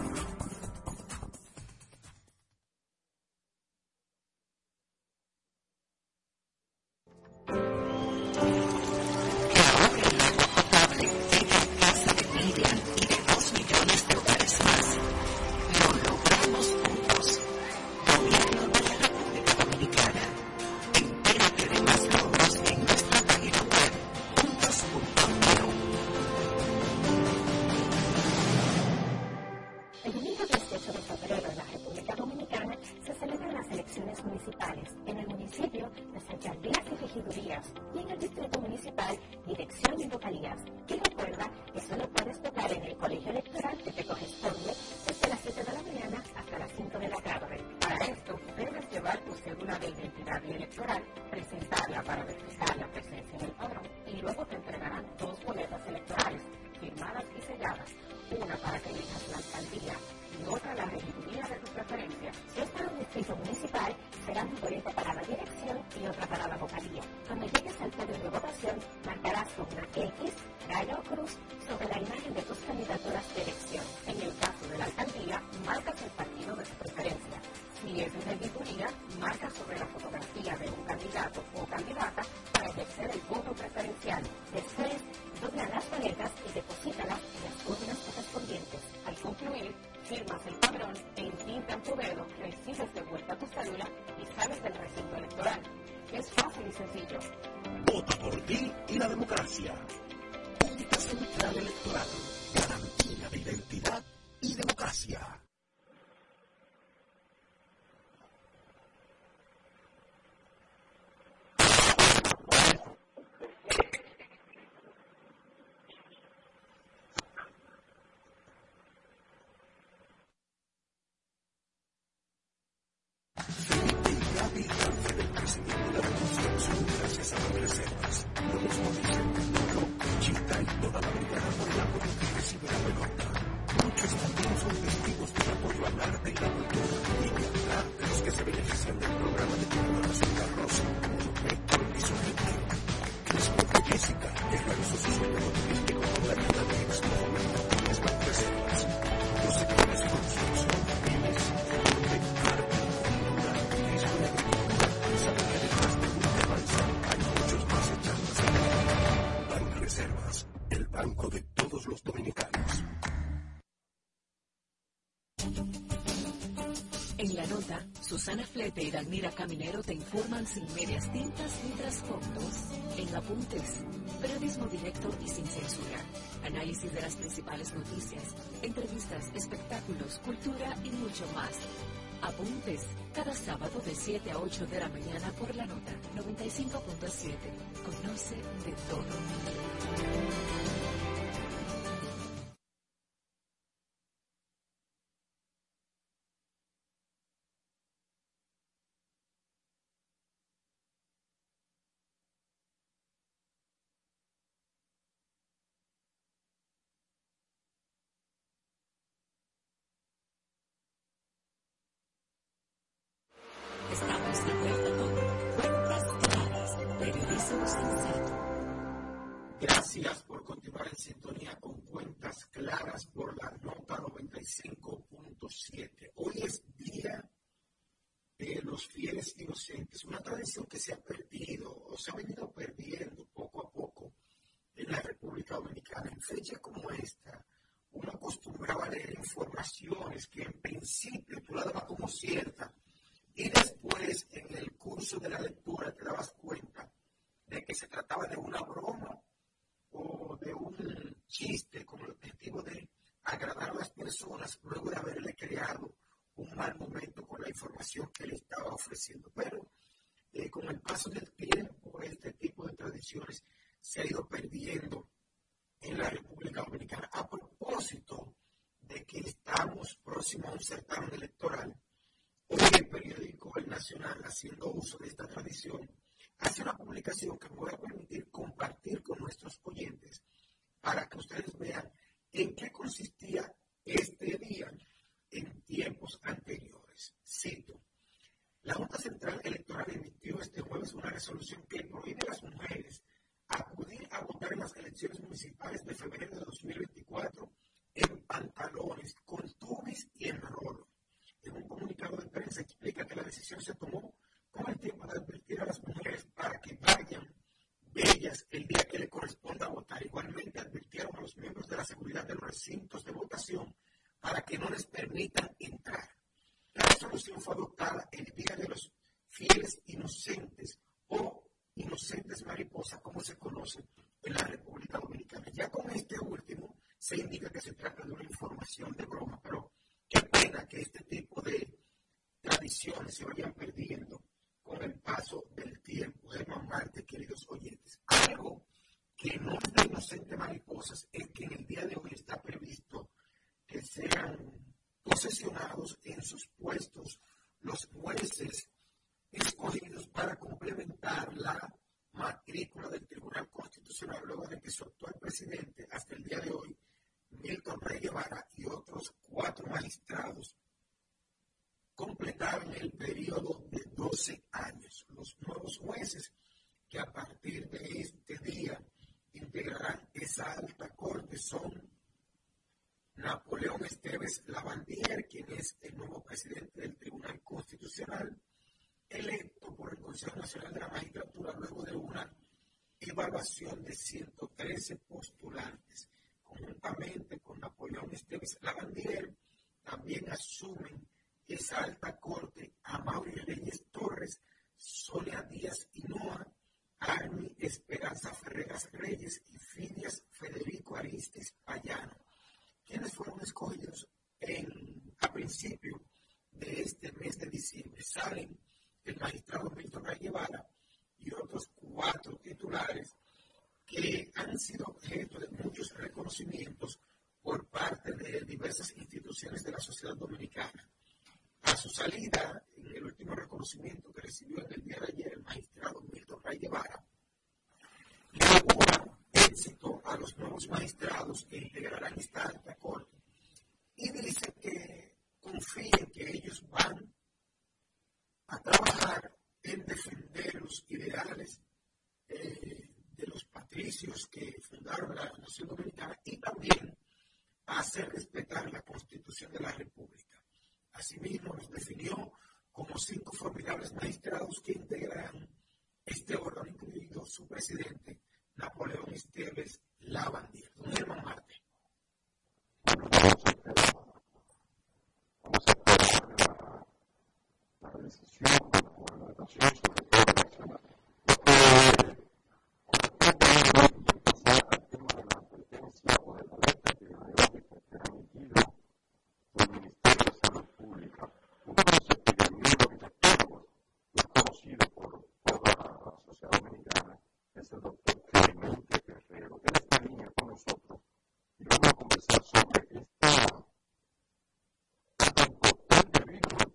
En La Nota, Susana Flete y Danira Caminero te informan sin medias tintas ni trasfondos. En Apuntes, periodismo directo y sin censura. Análisis de las principales noticias, entrevistas, espectáculos, cultura y mucho más. Apuntes, cada sábado de 7 a 8 de la mañana por La Nota 95.7. Conoce de todo. Estamos de vuelta con Cuentas Claras, periodismo sensato. Gracias por continuar en sintonía con Cuentas Claras por La Nota 95.7. Hoy es Día de los Fieles Inocentes, una tradición que se ha perdido o se ha venido perdiendo poco a poco en la República Dominicana. En fechas como esta, uno acostumbraba a leer informaciones que en principio tú la dabas como cierta, y después, en el curso de la lectura, te dabas cuenta de que se trataba de una broma o de un chiste con el objetivo de agradar a las personas luego de haberle creado un mal momento con la información que le estaba ofreciendo. Pero con el paso del tiempo, este tipo de tradiciones se ha ido perdiendo en la República Dominicana. A propósito de que estamos próximos a un certamen electoral, hoy el periódico El Nacional, haciendo uso de esta tradición, hace una publicación que me voy a permitir compartir con nuestros oyentes para que ustedes vean en qué consistía este día en tiempos anteriores. Cito: la Junta Central Electoral emitió este jueves una resolución que prohíbe a las mujeres las elecciones municipales de febrero de 2024 en pantalones, con tubis y en rolo. En un comunicado de prensa explica que la decisión se tomó con el tiempo de advertir a las mujeres para que vayan bellas el día que le corresponda votar. Igualmente advirtieron a los miembros de la seguridad de los recintos de votación para que no les permitan entrar. La resolución fue adoptada el Día de los Fieles Inocentes o Inocentes Mariposas, como se conoce en la República Dominicana. Ya con este último se indica que se trata de una información de broma, pero qué pena que este tipo de tradiciones se vayan perdiendo con el paso del tiempo. Germán Marte, queridos oyentes. Algo que no es de Inocentes Mariposas es que en el día de hoy está previsto que sean posesionados en sus puestos los jueces escogidos para complementar la matrícula del Tribunal Constitucional, luego de que su actual presidente, hasta el día de hoy, Milton Rey Guevara, y otros 4 magistrados completaron el periodo de 12 años. Los nuevos jueces que a partir de este día integrarán esa alta corte son Napoleón Esteves Lavandier, quien es el nuevo presidente del Tribunal Constitucional, electo por el Consejo Nacional de la Magistratura luego de una evaluación de 113 postulantes. Conjuntamente con Napoleón Esteves Lavandier, también asumen esa alta corte Amaury Reyes Torres, Sonia Díaz Hinoa, Armi Esperanza Ferreras Reyes y Fidias Federico Aristis Payano, quienes fueron escogidos a principio de este mes de diciembre. Salen el magistrado Milton Rey Guevara y otros 4 titulares que han sido objeto de muchos reconocimientos por parte de diversas instituciones de la sociedad dominicana. A su salida, en el último reconocimiento que recibió en el día de ayer el magistrado Milton Rey Guevara, le augura éxito a los nuevos magistrados que integrarán esta alta corte y dice que confíen que ellos van a trabajar en defender los ideales de los patricios que fundaron la Nación Dominicana y también a hacer respetar la Constitución de la República. Asimismo, nos definió como 5 formidables magistrados que integrarán este órgano, incluido su presidente, Napoleón Esteves Lavandier. Don Germán Marte. Vamos a esperar la decisión o la votación, sobre todo nacional. Pasar al tema de la advertencia o de la alerta epidemiológica que ha emitido el Ministerio de Salud Pública. Uno de los epidemiólogos activos, más conocido por toda la sociedad dominicana, es el doctor Clemente Guerrero. Él está en línea con nosotros y vamos a conversar sobre esta importante virus,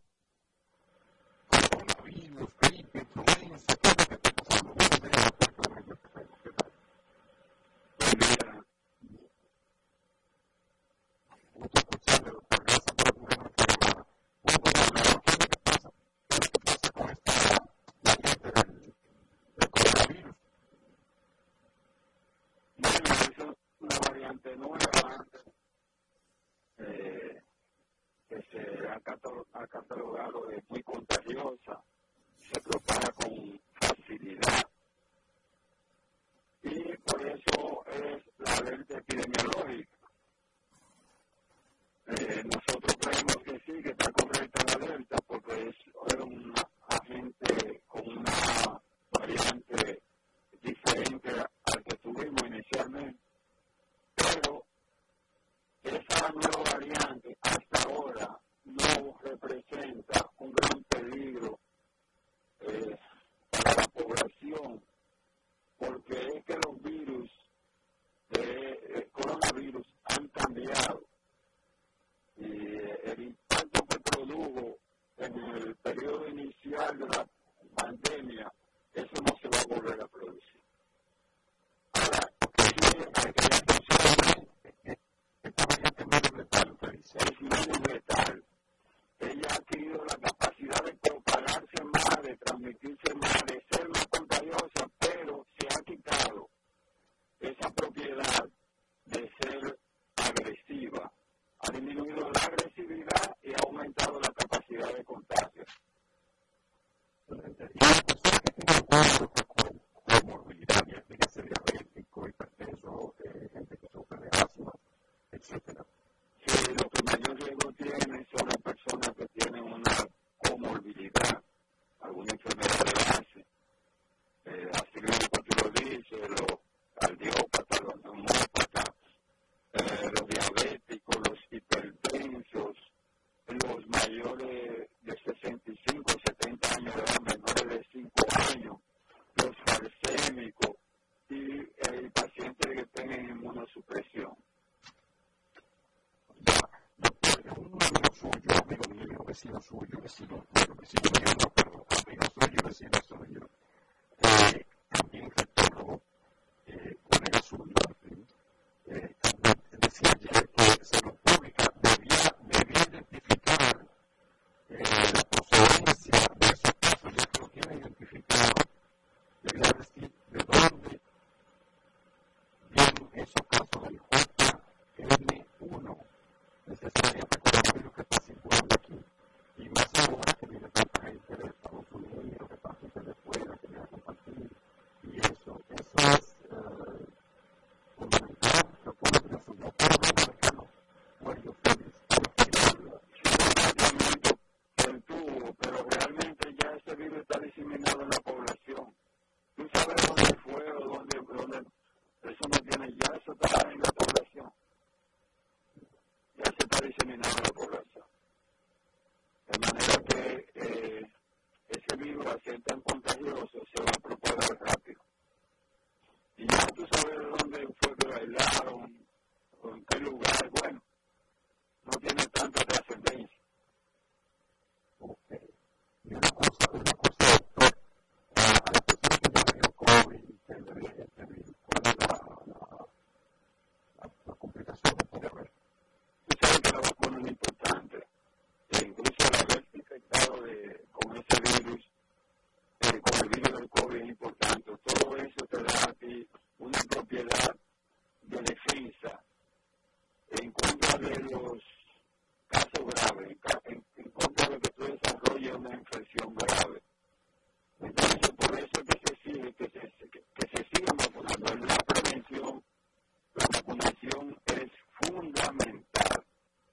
coronavirus, gripe, influenza, ¿qué es lo que está pasando? Buenos días, doctor Clemente Guerrero. ¿Qué tal? Buen día. Gusto escucharle, doctor. Gracias por atender nuestra llamada. Bueno, pues hablamos, ¿qué es lo que pasa? ¿Qué es lo que pasa con esta variante del coronavirus? Bueno, esa es una variante nueva que se ha catalogado de muy contagiosa, se propaga con facilidad y por eso es la alerta epidemiológica. Nosotros creemos que sí, que está correcta la alerta porque es un agente con una variante diferente al que tuvimos inicialmente, pero esa nueva variante hasta ahora no representa un gran peligro para la población, porque es que los virus de coronavirus vecino suyo, vecino mío, no, pero amigo suyo, vecino suyo, también rectólogo, colega suyo, decía ayer que Salud Pública debía identificar la procedencia de esos casos, ya que lo tiene identificado, debía decir de dónde vienen esos casos del JN1, necesariamente coronavirus que está circulando aquí. Y más ahora que viene tanta gente de Estados Unidos, que tanta gente de fuera, que viene a compartir. Y eso es fundamental, que ocurre en la ciudad. Pero los americanos, Mario Félix, pero realmente ya ese virus está diseminado en la población. Tú sabes dónde fue o dónde eso no tiene ya, eso está en la población. Ya se está diseminando en la población. De manera que ese virus, al ser tan contagioso, se va a propagar rápido. Y ya tú sabes de dónde fue que bailaron, o en qué lugar, bueno, no tiene tanta trascendencia. Ok. Y una cosa, doctor, a la persona que ya le dio COVID y que le dio este virus, ¿cuál es la complicación que puede haber? Tú sabes que la vacuna es importante. Incluso el haberse infectado con ese virus, con el virus del COVID es importante. Todo eso te da a ti una propiedad de defensa en contra de los casos graves, en contra de que tú desarrolles una infección grave. Entonces, por eso es que se sigue, que se sigan vacunando. En la prevención, la vacunación es fundamental.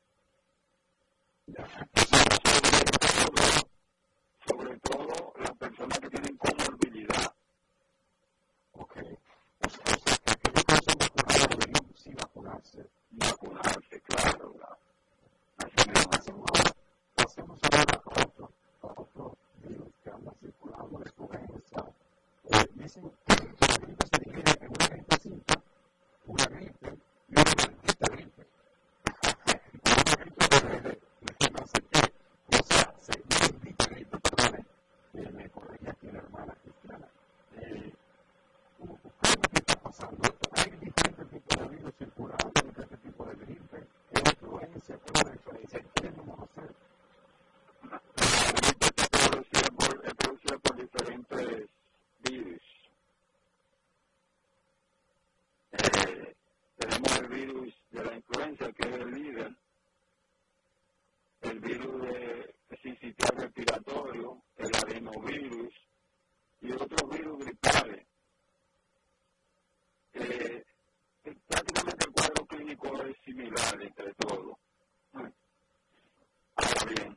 Sobre todo las personas que tienen comorbilidad. Ok. O sea, que aquellos que no son vacunados deberían sí vacunarse. Vacunarse, claro. Pasemos ahora a otro virus que anda circulando, la influenza. Dicen que la gripe se divide en una gripecita, una gripe y una maldita gripe. Una gripe de no sé qué. O sea, maldita gripe, perdone, me corregía aquí la hermana Cristiana. ¿Cómo es que está pasando esto? Hay diferentes tipos de virus circulando, diferentes tipos de gripe. ¿Qué influencia? ¿Qué es la diferencia? Queremos conocer. La gripe es producida por diferentes virus. Tenemos el virus de la influenza, que es el líder, el virus de sincitial respiratorio, el adenovirus y otros virus gripales. Prácticamente el cuadro clínico es similar entre todos. Ahora bien,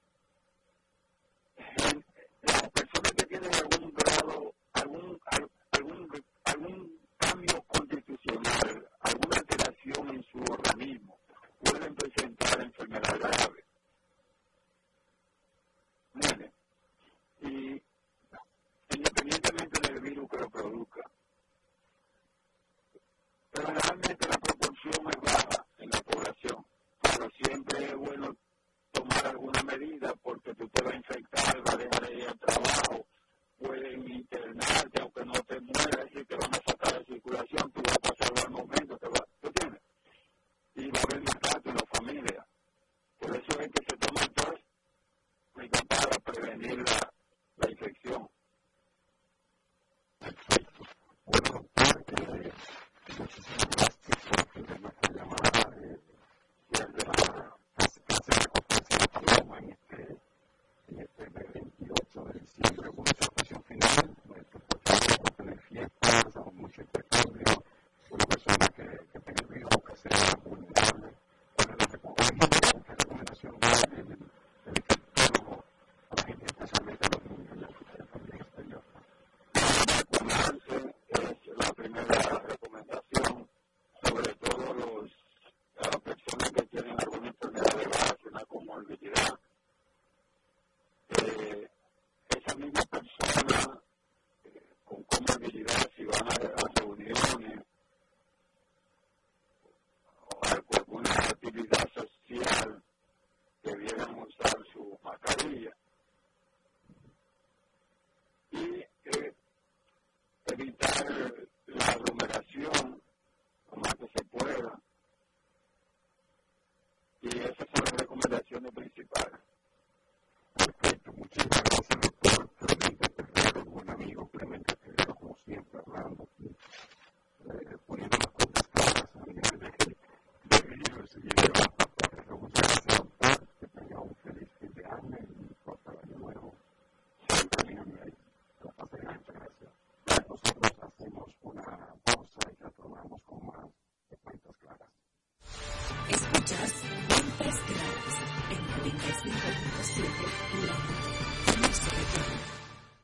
las personas que tienen algún grado, algún cambio constitucional, alguna alteración en su organismo, pueden presentar enfermedad grave. Miren, y independientemente del virus que lo produzca, pero realmente la proporción es baja en la población, pero siempre es bueno tomar alguna medida porque tú te vas a infectar, vas a dejar de ir al trabajo, pueden internarte aunque no te mueras y te van a sacar de circulación, tú vas a pasar mal momento, ¿tú entiendes? Y va a haber maltrato en la familia. Por eso es que se toma todo para prevenir la infección. Perfecto. Bueno, doctor, muchísimas gracias por Escuchas Cuentas Claras en 95.7 La Música de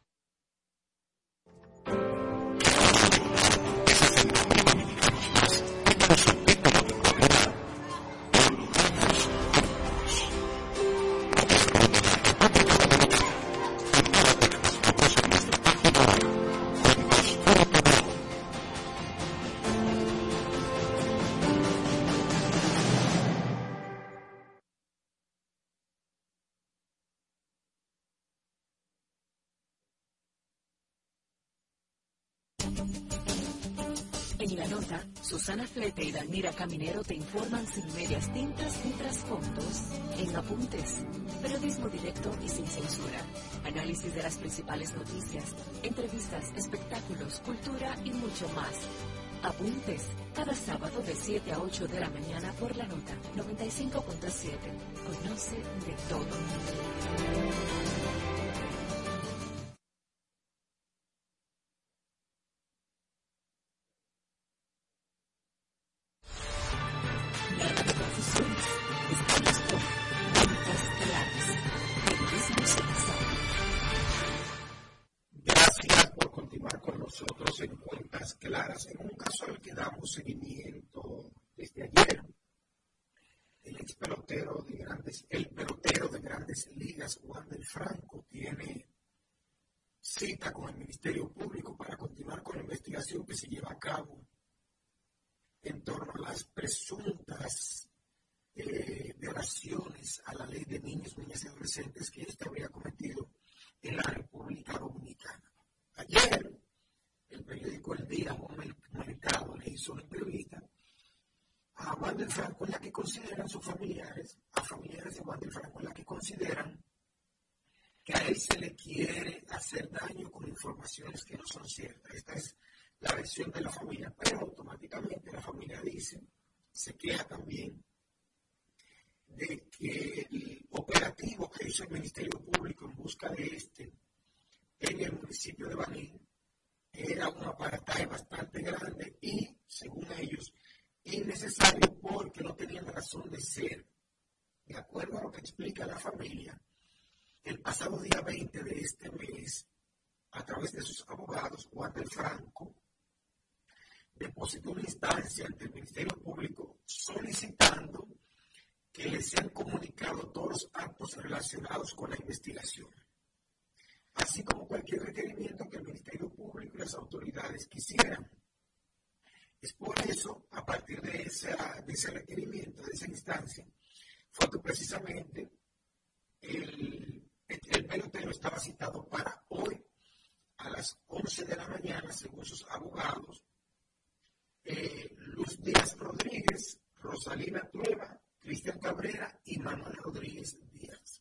En la nota, Susana Flete y Dalmira Caminero te informan sin medias tintas ni trasfondos. En Apuntes, periodismo directo y sin censura. Análisis de las principales noticias, entrevistas, espectáculos, cultura y mucho más. Apuntes, cada sábado de 7 a 8 de la mañana por la nota 95.7. Conoce de todo. Gracias por continuar con nosotros en Cuentas Claras. En un caso al que damos seguimiento desde ayer, el pelotero de Grandes Ligas, Wander Franco, tiene cita con el Ministerio Público para continuar con la investigación que se lleva a cabo en torno a las presuntas violaciones a la ley de niños, niñas y adolescentes que éste habría cometido en la República Dominicana. Ayer, el periódico El Día, Juan Mercado, le hizo una entrevista a Wander Franco, en la que consideran sus familiares, a familiares de Wander Franco, en la que consideran que a él se le quiere hacer daño con informaciones que no son ciertas. Esta es la versión de la familia, pero automáticamente la familia dice, se queja también de que el operativo que hizo el Ministerio Público en busca de en el municipio de Baní era un aparataje bastante grande y, según ellos, innecesario porque no tenían razón de ser. De acuerdo a lo que explica la familia, el pasado día 20 de este mes, a través de sus abogados, Wander Franco depositó una instancia ante el Ministerio Público solicitando que les sean comunicados todos los actos relacionados con la investigación, así como cualquier requerimiento que el Ministerio Público y las autoridades quisieran. Es por eso, a partir de ese requerimiento, de esa instancia, fue que precisamente el pelotero estaba citado para hoy a las 11 de la mañana, según sus abogados, Luz Díaz Rodríguez, Rosalina Trueba, Cristian Cabrera y Manuel Rodríguez Díaz.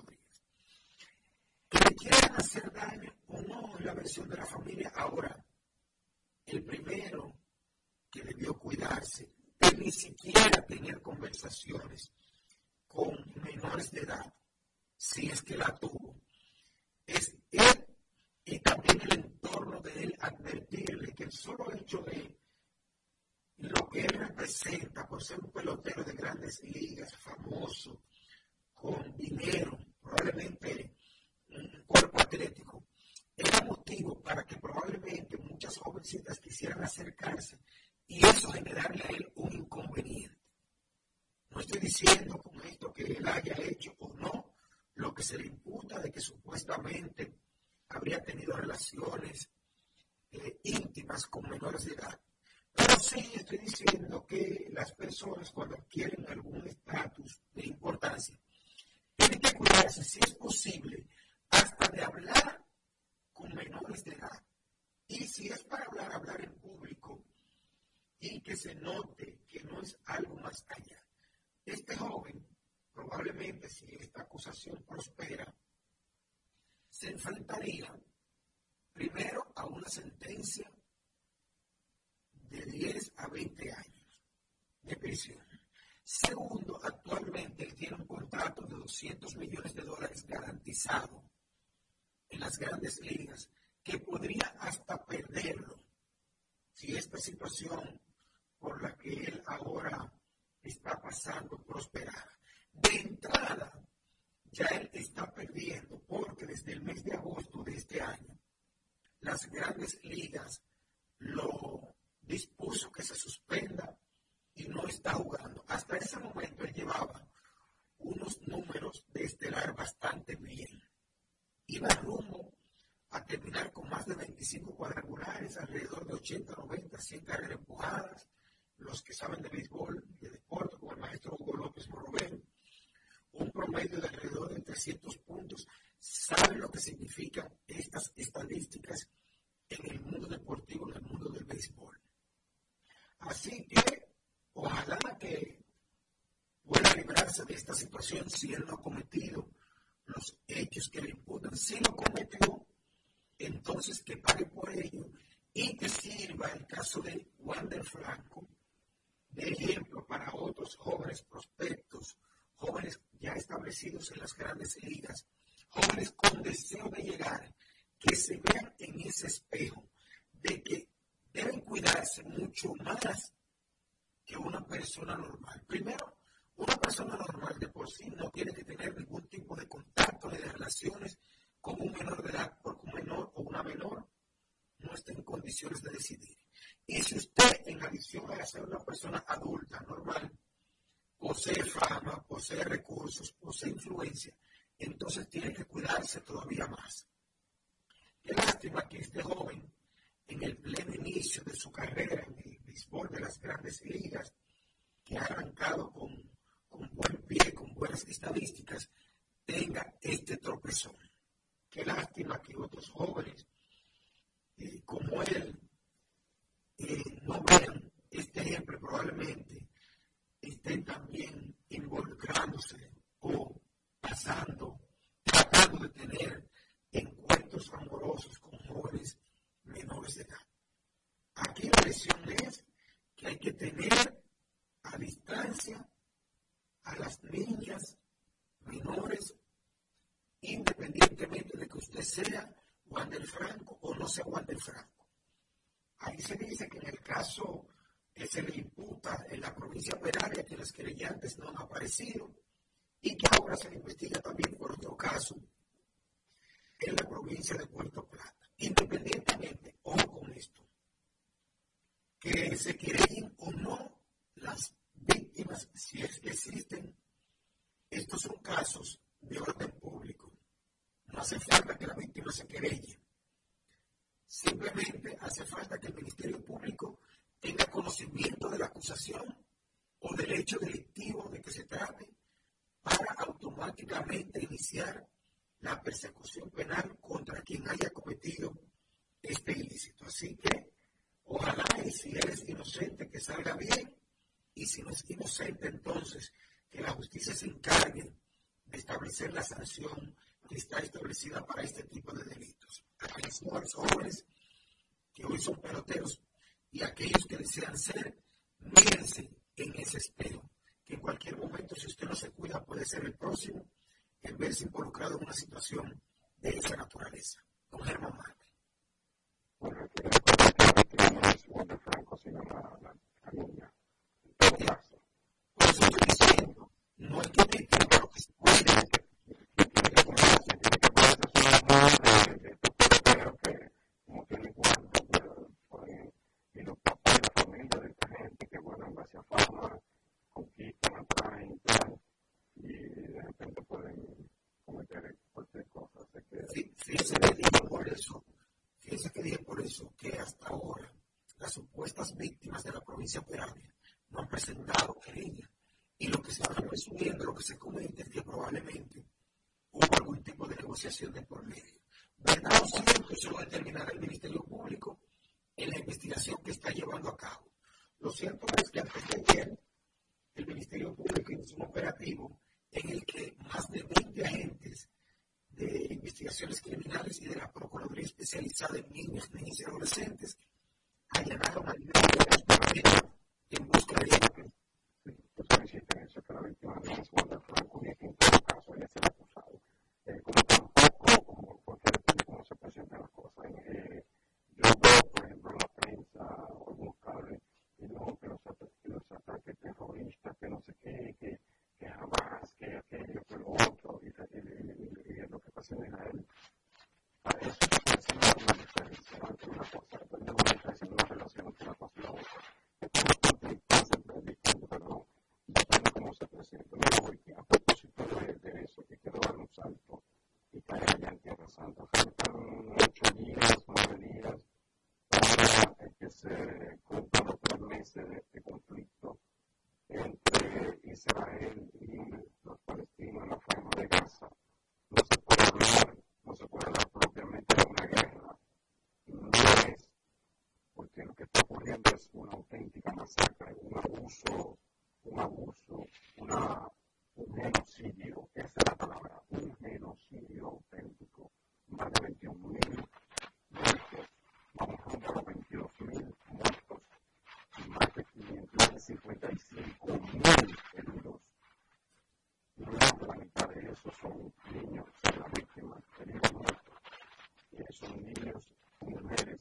Que le quieran hacer daño o no en la versión de la familia. Ahora, el primero que debió cuidarse de ni siquiera tener conversaciones con menores de edad, si es que la tuvo, es él y también el entorno de él, advertirle que el solo hecho de lo que él representa por ser un pelotero de Grandes Ligas, famoso, con dinero, probablemente un cuerpo atlético, era motivo para que probablemente muchas jovencitas quisieran acercarse y eso generarle a él un inconveniente. No estoy diciendo con esto que él haya hecho o no lo que se le imputa de que supuestamente habría tenido relaciones íntimas con menores de edad. Pero sí estoy diciendo que las personas cuando adquieren algún estatus de importancia tienen que cuidarse, si es posible, hasta de hablar con menores de edad. Y si es para hablar en público y que se note que no es algo más allá. Este joven, probablemente si esta acusación prospera, se enfrentaría primero a una sentencia de 10 a 20 años de prisión. Segundo, actualmente él tiene un contrato de $200 millones garantizado en las Grandes Ligas, que podría hasta perderlo si esta situación por la que él ahora está pasando prosperada. De entrada, ya él está perdiendo porque desde el mes de agosto de este año, las grandes ligas lo dispuso que se suspenda y no está jugando. Hasta ese momento él llevaba unos números de estelar bastante bien. Iba rumbo a terminar con más de 25 cuadrangulares, alrededor de 80, 90, 100 carreras empujadas. Los que saben de béisbol, de deporte, como el maestro Hugo López Morrobel, un promedio de alrededor de 300 puntos. ¿Saben lo que significan estas estadísticas en el mundo deportivo, en el mundo del béisbol? Así que ojalá que pueda librarse de esta situación si él no ha cometido los hechos que le imputan. Si lo cometió, entonces que pague por ello y que sirva el caso de Wander Franco de ejemplo para otros jóvenes prospectos, jóvenes ya establecidos en las grandes ligas, jóvenes con deseo de llegar, que se vean en ese espejo de que deben cuidarse mucho más que una persona normal. Primero, una persona normal de por sí no tiene que tener ningún tipo de contacto ni de relaciones con un menor de edad, porque un menor o una menor no está en condiciones de decidir. Y si usted, en adición a ser una persona adulta, normal, posee fama, posee recursos, posee influencia, entonces tiene que cuidarse todavía más. Qué lástima que este joven, en el pleno inicio de su carrera en el béisbol de las grandes ligas, que ha arrancado con buen pie, con buenas estadísticas, tenga este tropezón. Qué lástima que otros jóvenes como él no vean este ejemplo, probablemente estén también involucrándose o tratando de tener encuentros amorosos con jóvenes menores de edad. Aquí la lección es que hay que tener a distancia a las niñas menores, independientemente de que usted sea Wander Franco o no sea Wander Franco. Ahí se dice que en el caso que se le imputa en la provincia Peravia, que los querellantes no han aparecido y que ahora se le investiga también por otro caso en la provincia de Puerto Plata. Independientemente, ojo con esto, que se querellen o no las víctimas, si es que existen, estos son casos de orden público. No hace falta que la víctima se querelle. Simplemente hace falta que el Ministerio Público tenga conocimiento de la acusación o del hecho delictivo de que se trate para automáticamente iniciar la persecución penal contra quien haya cometido este ilícito. Así que ojalá, y si eres inocente, que salga bien, y si no es inocente, entonces que la justicia se encargue de establecer la sanción que está establecida para este tipo de delitos. A los jóvenes que hoy son peloteros y aquellos que desean ser, mírense en ese espejo, que en cualquier momento, si usted no se cuida, puede ser el próximo en verse involucrado en una situación de esa naturaleza. Don Germán Marte. Bueno, quiero recordar que la víctima no es Wander Franco, sino la niña. En todo caso. Por eso estoy diciendo, no es que víctima, pero que se cuide. Tiene que ponerse su mamá de estos peloteros que, como tienen cuando, y los papás y la familia de esta gente que, bueno, en base a fama, conquistan, atraen y tal, y de repente pueden cometer cualquier cosa. Fíjese que dije por eso que hasta ahora las supuestas víctimas de la provincia Peravia no han presentado querella. Y lo que se va resumiendo, lo que se comenta es que probablemente hubo algún tipo de negociación de por medio. ¿Verdad o cierto? Eso lo determinará el Ministerio Público en la investigación que está llevando a cabo. Lo cierto es que antes de ayer el Ministerio Público inició un operativo en el que más de 20 agentes de investigaciones criminales y de la Procuraduría Especializada en Niños, Niñas y Adolescentes allanaron al medio en busca de ellos. Tú solicitas eso, que la víctima no es Wander Franco, y que en todo caso ella será acusado. Como tampoco, porque depende de cómo se presentan las cosas. Yo veo, por ejemplo, en la prensa o algunos cables, que los ataques terroristas, que no tanto, faltan 8 días, 9 días para que se cumplan los 3 meses de este conflicto entre Israel y los palestinos en la franja de Gaza. No se puede hablar propiamente de una guerra, no es, porque lo que está ocurriendo es una auténtica masacre, un abuso, un genocidio, esa es la palabra, un genocidio auténtico, más de 21.000 muertos, vamos rumbo a los 22.000 muertos, y más de 555.000 heridos. Más de la mitad de esos son niños, son las víctimas, heridos muertos. Son niños, mujeres,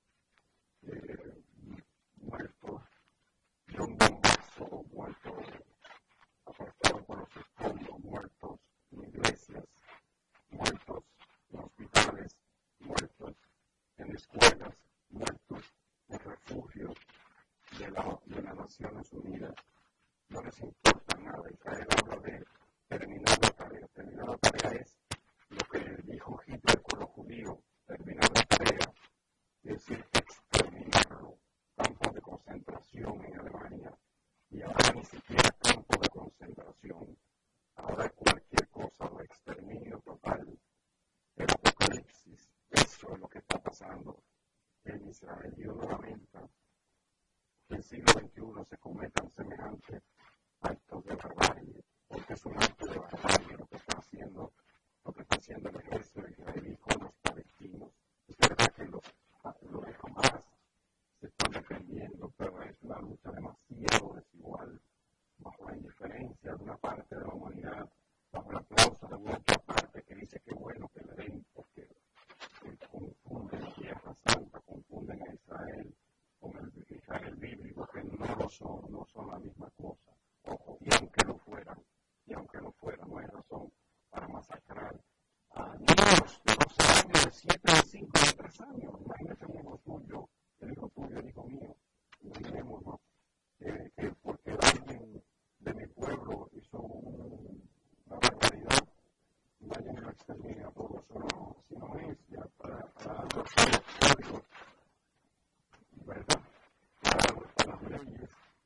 muertos de un bombazo, muertos apartados por los escombros, muertos en iglesias, muertos en hospitales, muertos en escuelas, muertos en refugios de las Naciones Unidas. No les importa nada. Israel habla de terminar la tarea. Terminar la tarea es lo que dijo Hitler con los judíos. Terminar la tarea es decir, exterminarlo. Campos de concentración en Alemania. Y ahora ni siquiera campos de concentración. Ahora cualquier cosa, lo exterminio total. El apocalipsis. Eso es lo que está pasando en Israel. Y uno lamenta que en el siglo XXI se cometan semejantes actos de barbarie, porque es un acto de barbarie lo que está haciendo el ejército israelí con los palestinos. Es verdad que los de Hamas se están defendiendo, pero es una lucha demasiado desigual, bajo la indiferencia de una parte de la humanidad, bajo el aplauso de una otra parte que dice que bueno que le den, porque confunden la Tierra Santa, confunden a Israel con el Israel bíblico, que no son la misma cosa. Ojo, y aunque lo fueran, no hay razón para masacrar a niños de 12 años, de 7, de 5, de 3 años. Imagínate un hijo tuyo, el hijo mío. Imaginémonos que porque alguien de mi pueblo hizo una barbaridad, vayan a lo exterminio a todos. Si no es ya para los códigos, ¿verdad? Para las leyes.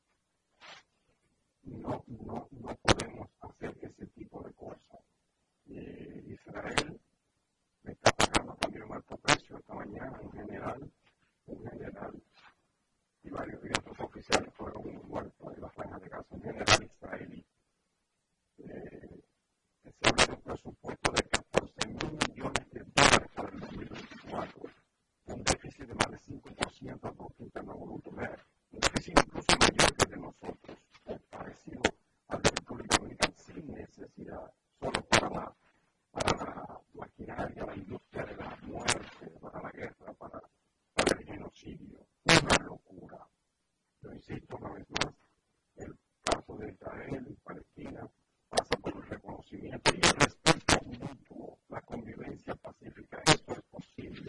No podemos hacer ese tipo de cosas. Israel me está pagando también un alto precio. Esta mañana un general y varios otros oficiales fueron muertos en la franja de Gaza. Un general israelí. Se habla de un presupuesto de $14.000 millones para el 2024. Un déficit de más de 5% del Producto Interno Bruto. Un déficit incluso mayor que el de nosotros, parecido al de República Dominicana, sin necesidad, solo para la maquinaria, la industria de la muerte, para la guerra, para el genocidio. Una locura. Yo insisto una vez más, el caso de Israel y Palestina pasa por el reconocimiento y el respeto mutuo, la convivencia pacífica. Eso es posible.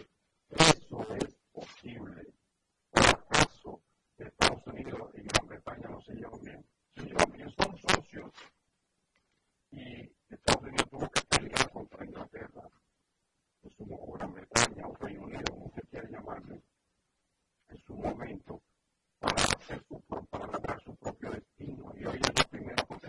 Por acaso, Estados Unidos y Gran Bretaña no se llevan bien. Se llevan bien, son socios. Y Estados Unidos tuvo que pelear contra Inglaterra, o Gran Bretaña, o Reino Unido, como se quiera llamarle, en su momento, para lograr su propio destino. Y hoy es lo primero que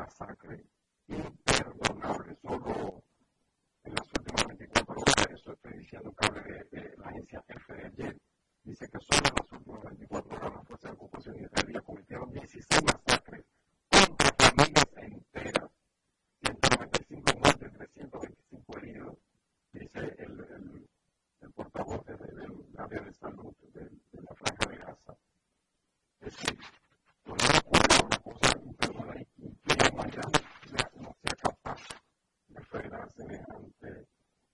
masacre imperdonable. Solo en las últimas 24 horas, eso estoy diciendo que hable de la agencia F de ayer, dice que solo en las últimas 24 horas las fuerzas de ocupación israelí cometieron 16 masacres contra familias enteras, 195 muertes, 325 heridos, dice el portavoz del área de salud de la Franja de Gaza. Es decir, una locura, una cosa imperdonable, y que la humanidad no sea capaz de frenar semejante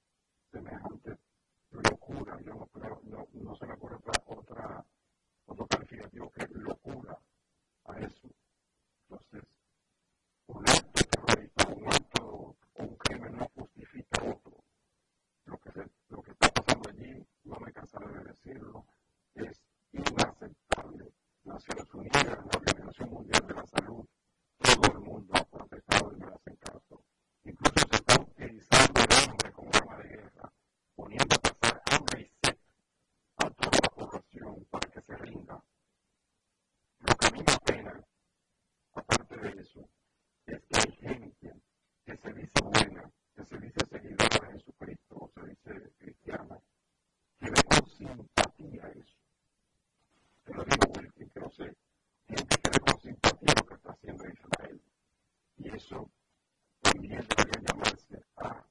locura. Yo no creo, no se me ocurre otro calificativo que locura a eso. Entonces, un acto terrorista, un acto o un crimen no justifica otro. Lo que está pasando allí, no me cansaré de decirlo, es inaceptable. Naciones Unidas, la Organización Mundial de la Salud, todo el mundo ha protestado y no le hacen caso. Incluso se está utilizando el hambre como arma de guerra, poniendo a pasar hambre y sed a toda la población para que se rinda. Lo que a mí me apena, aparte de eso, es que hay gente que se dice buena, que se dice seguidora de Jesucristo, o se dice cristiana, que ve con simpatía eso. Te lo digo, Wilkin, que no sé, gente que ve con simpatía lo que está haciendo Israel. Y eso también debería llamarse a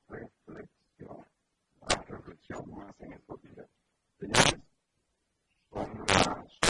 reflexión más en estos días. Señores, son las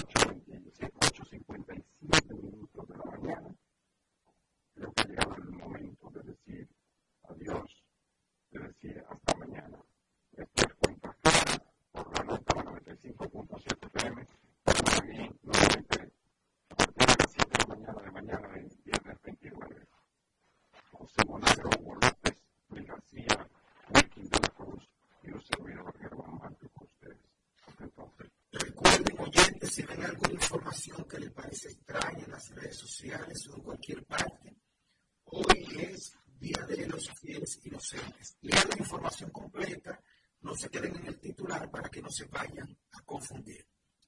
8:57 minutos de la mañana. Creo que ha llegado el momento de decir adiós, de decir hasta mañana. Esto es Cuenta Clara por la nota 95.7 FM. Estamos aquí nuevamente a partir de las 7 de la mañana del viernes 29. José Monegro, Hugo López, Luis García, Wilkin de la Cruz y los servidores Germán Márquez con ustedes. Entonces, recuerden, oyentes, si ven alguna información que les parece extraña en las redes sociales o en cualquier parte, hoy es Día de los Fieles Inocentes. Lean la información completa, no se queden en el titular para que no se vayan a confundir.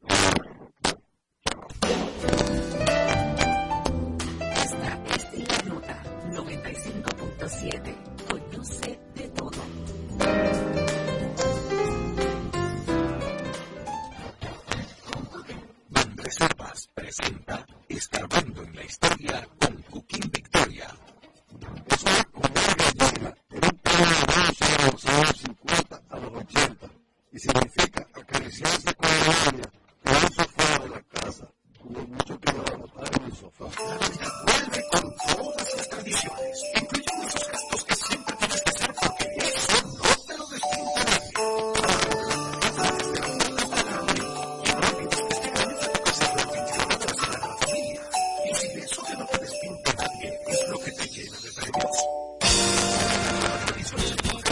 Esta es la nota 95.7. Conoce de todo. Banreservas presenta Escarbando en la Historia con Joaquín Victoria. Es una gallina en un periodo de los años 50 a los 80 y significa acariciarse con la niña en un sofá de la casa. Hubo mucho que no anotar en el sofá. Vuelve con todas las tradiciones, incluyendo esos gastos que siempre tienes que hacer porque eso no te lo despinta nadie. Y si eso que no te despinta nadie es lo que te llena de premios. Las tradiciones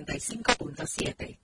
95.7.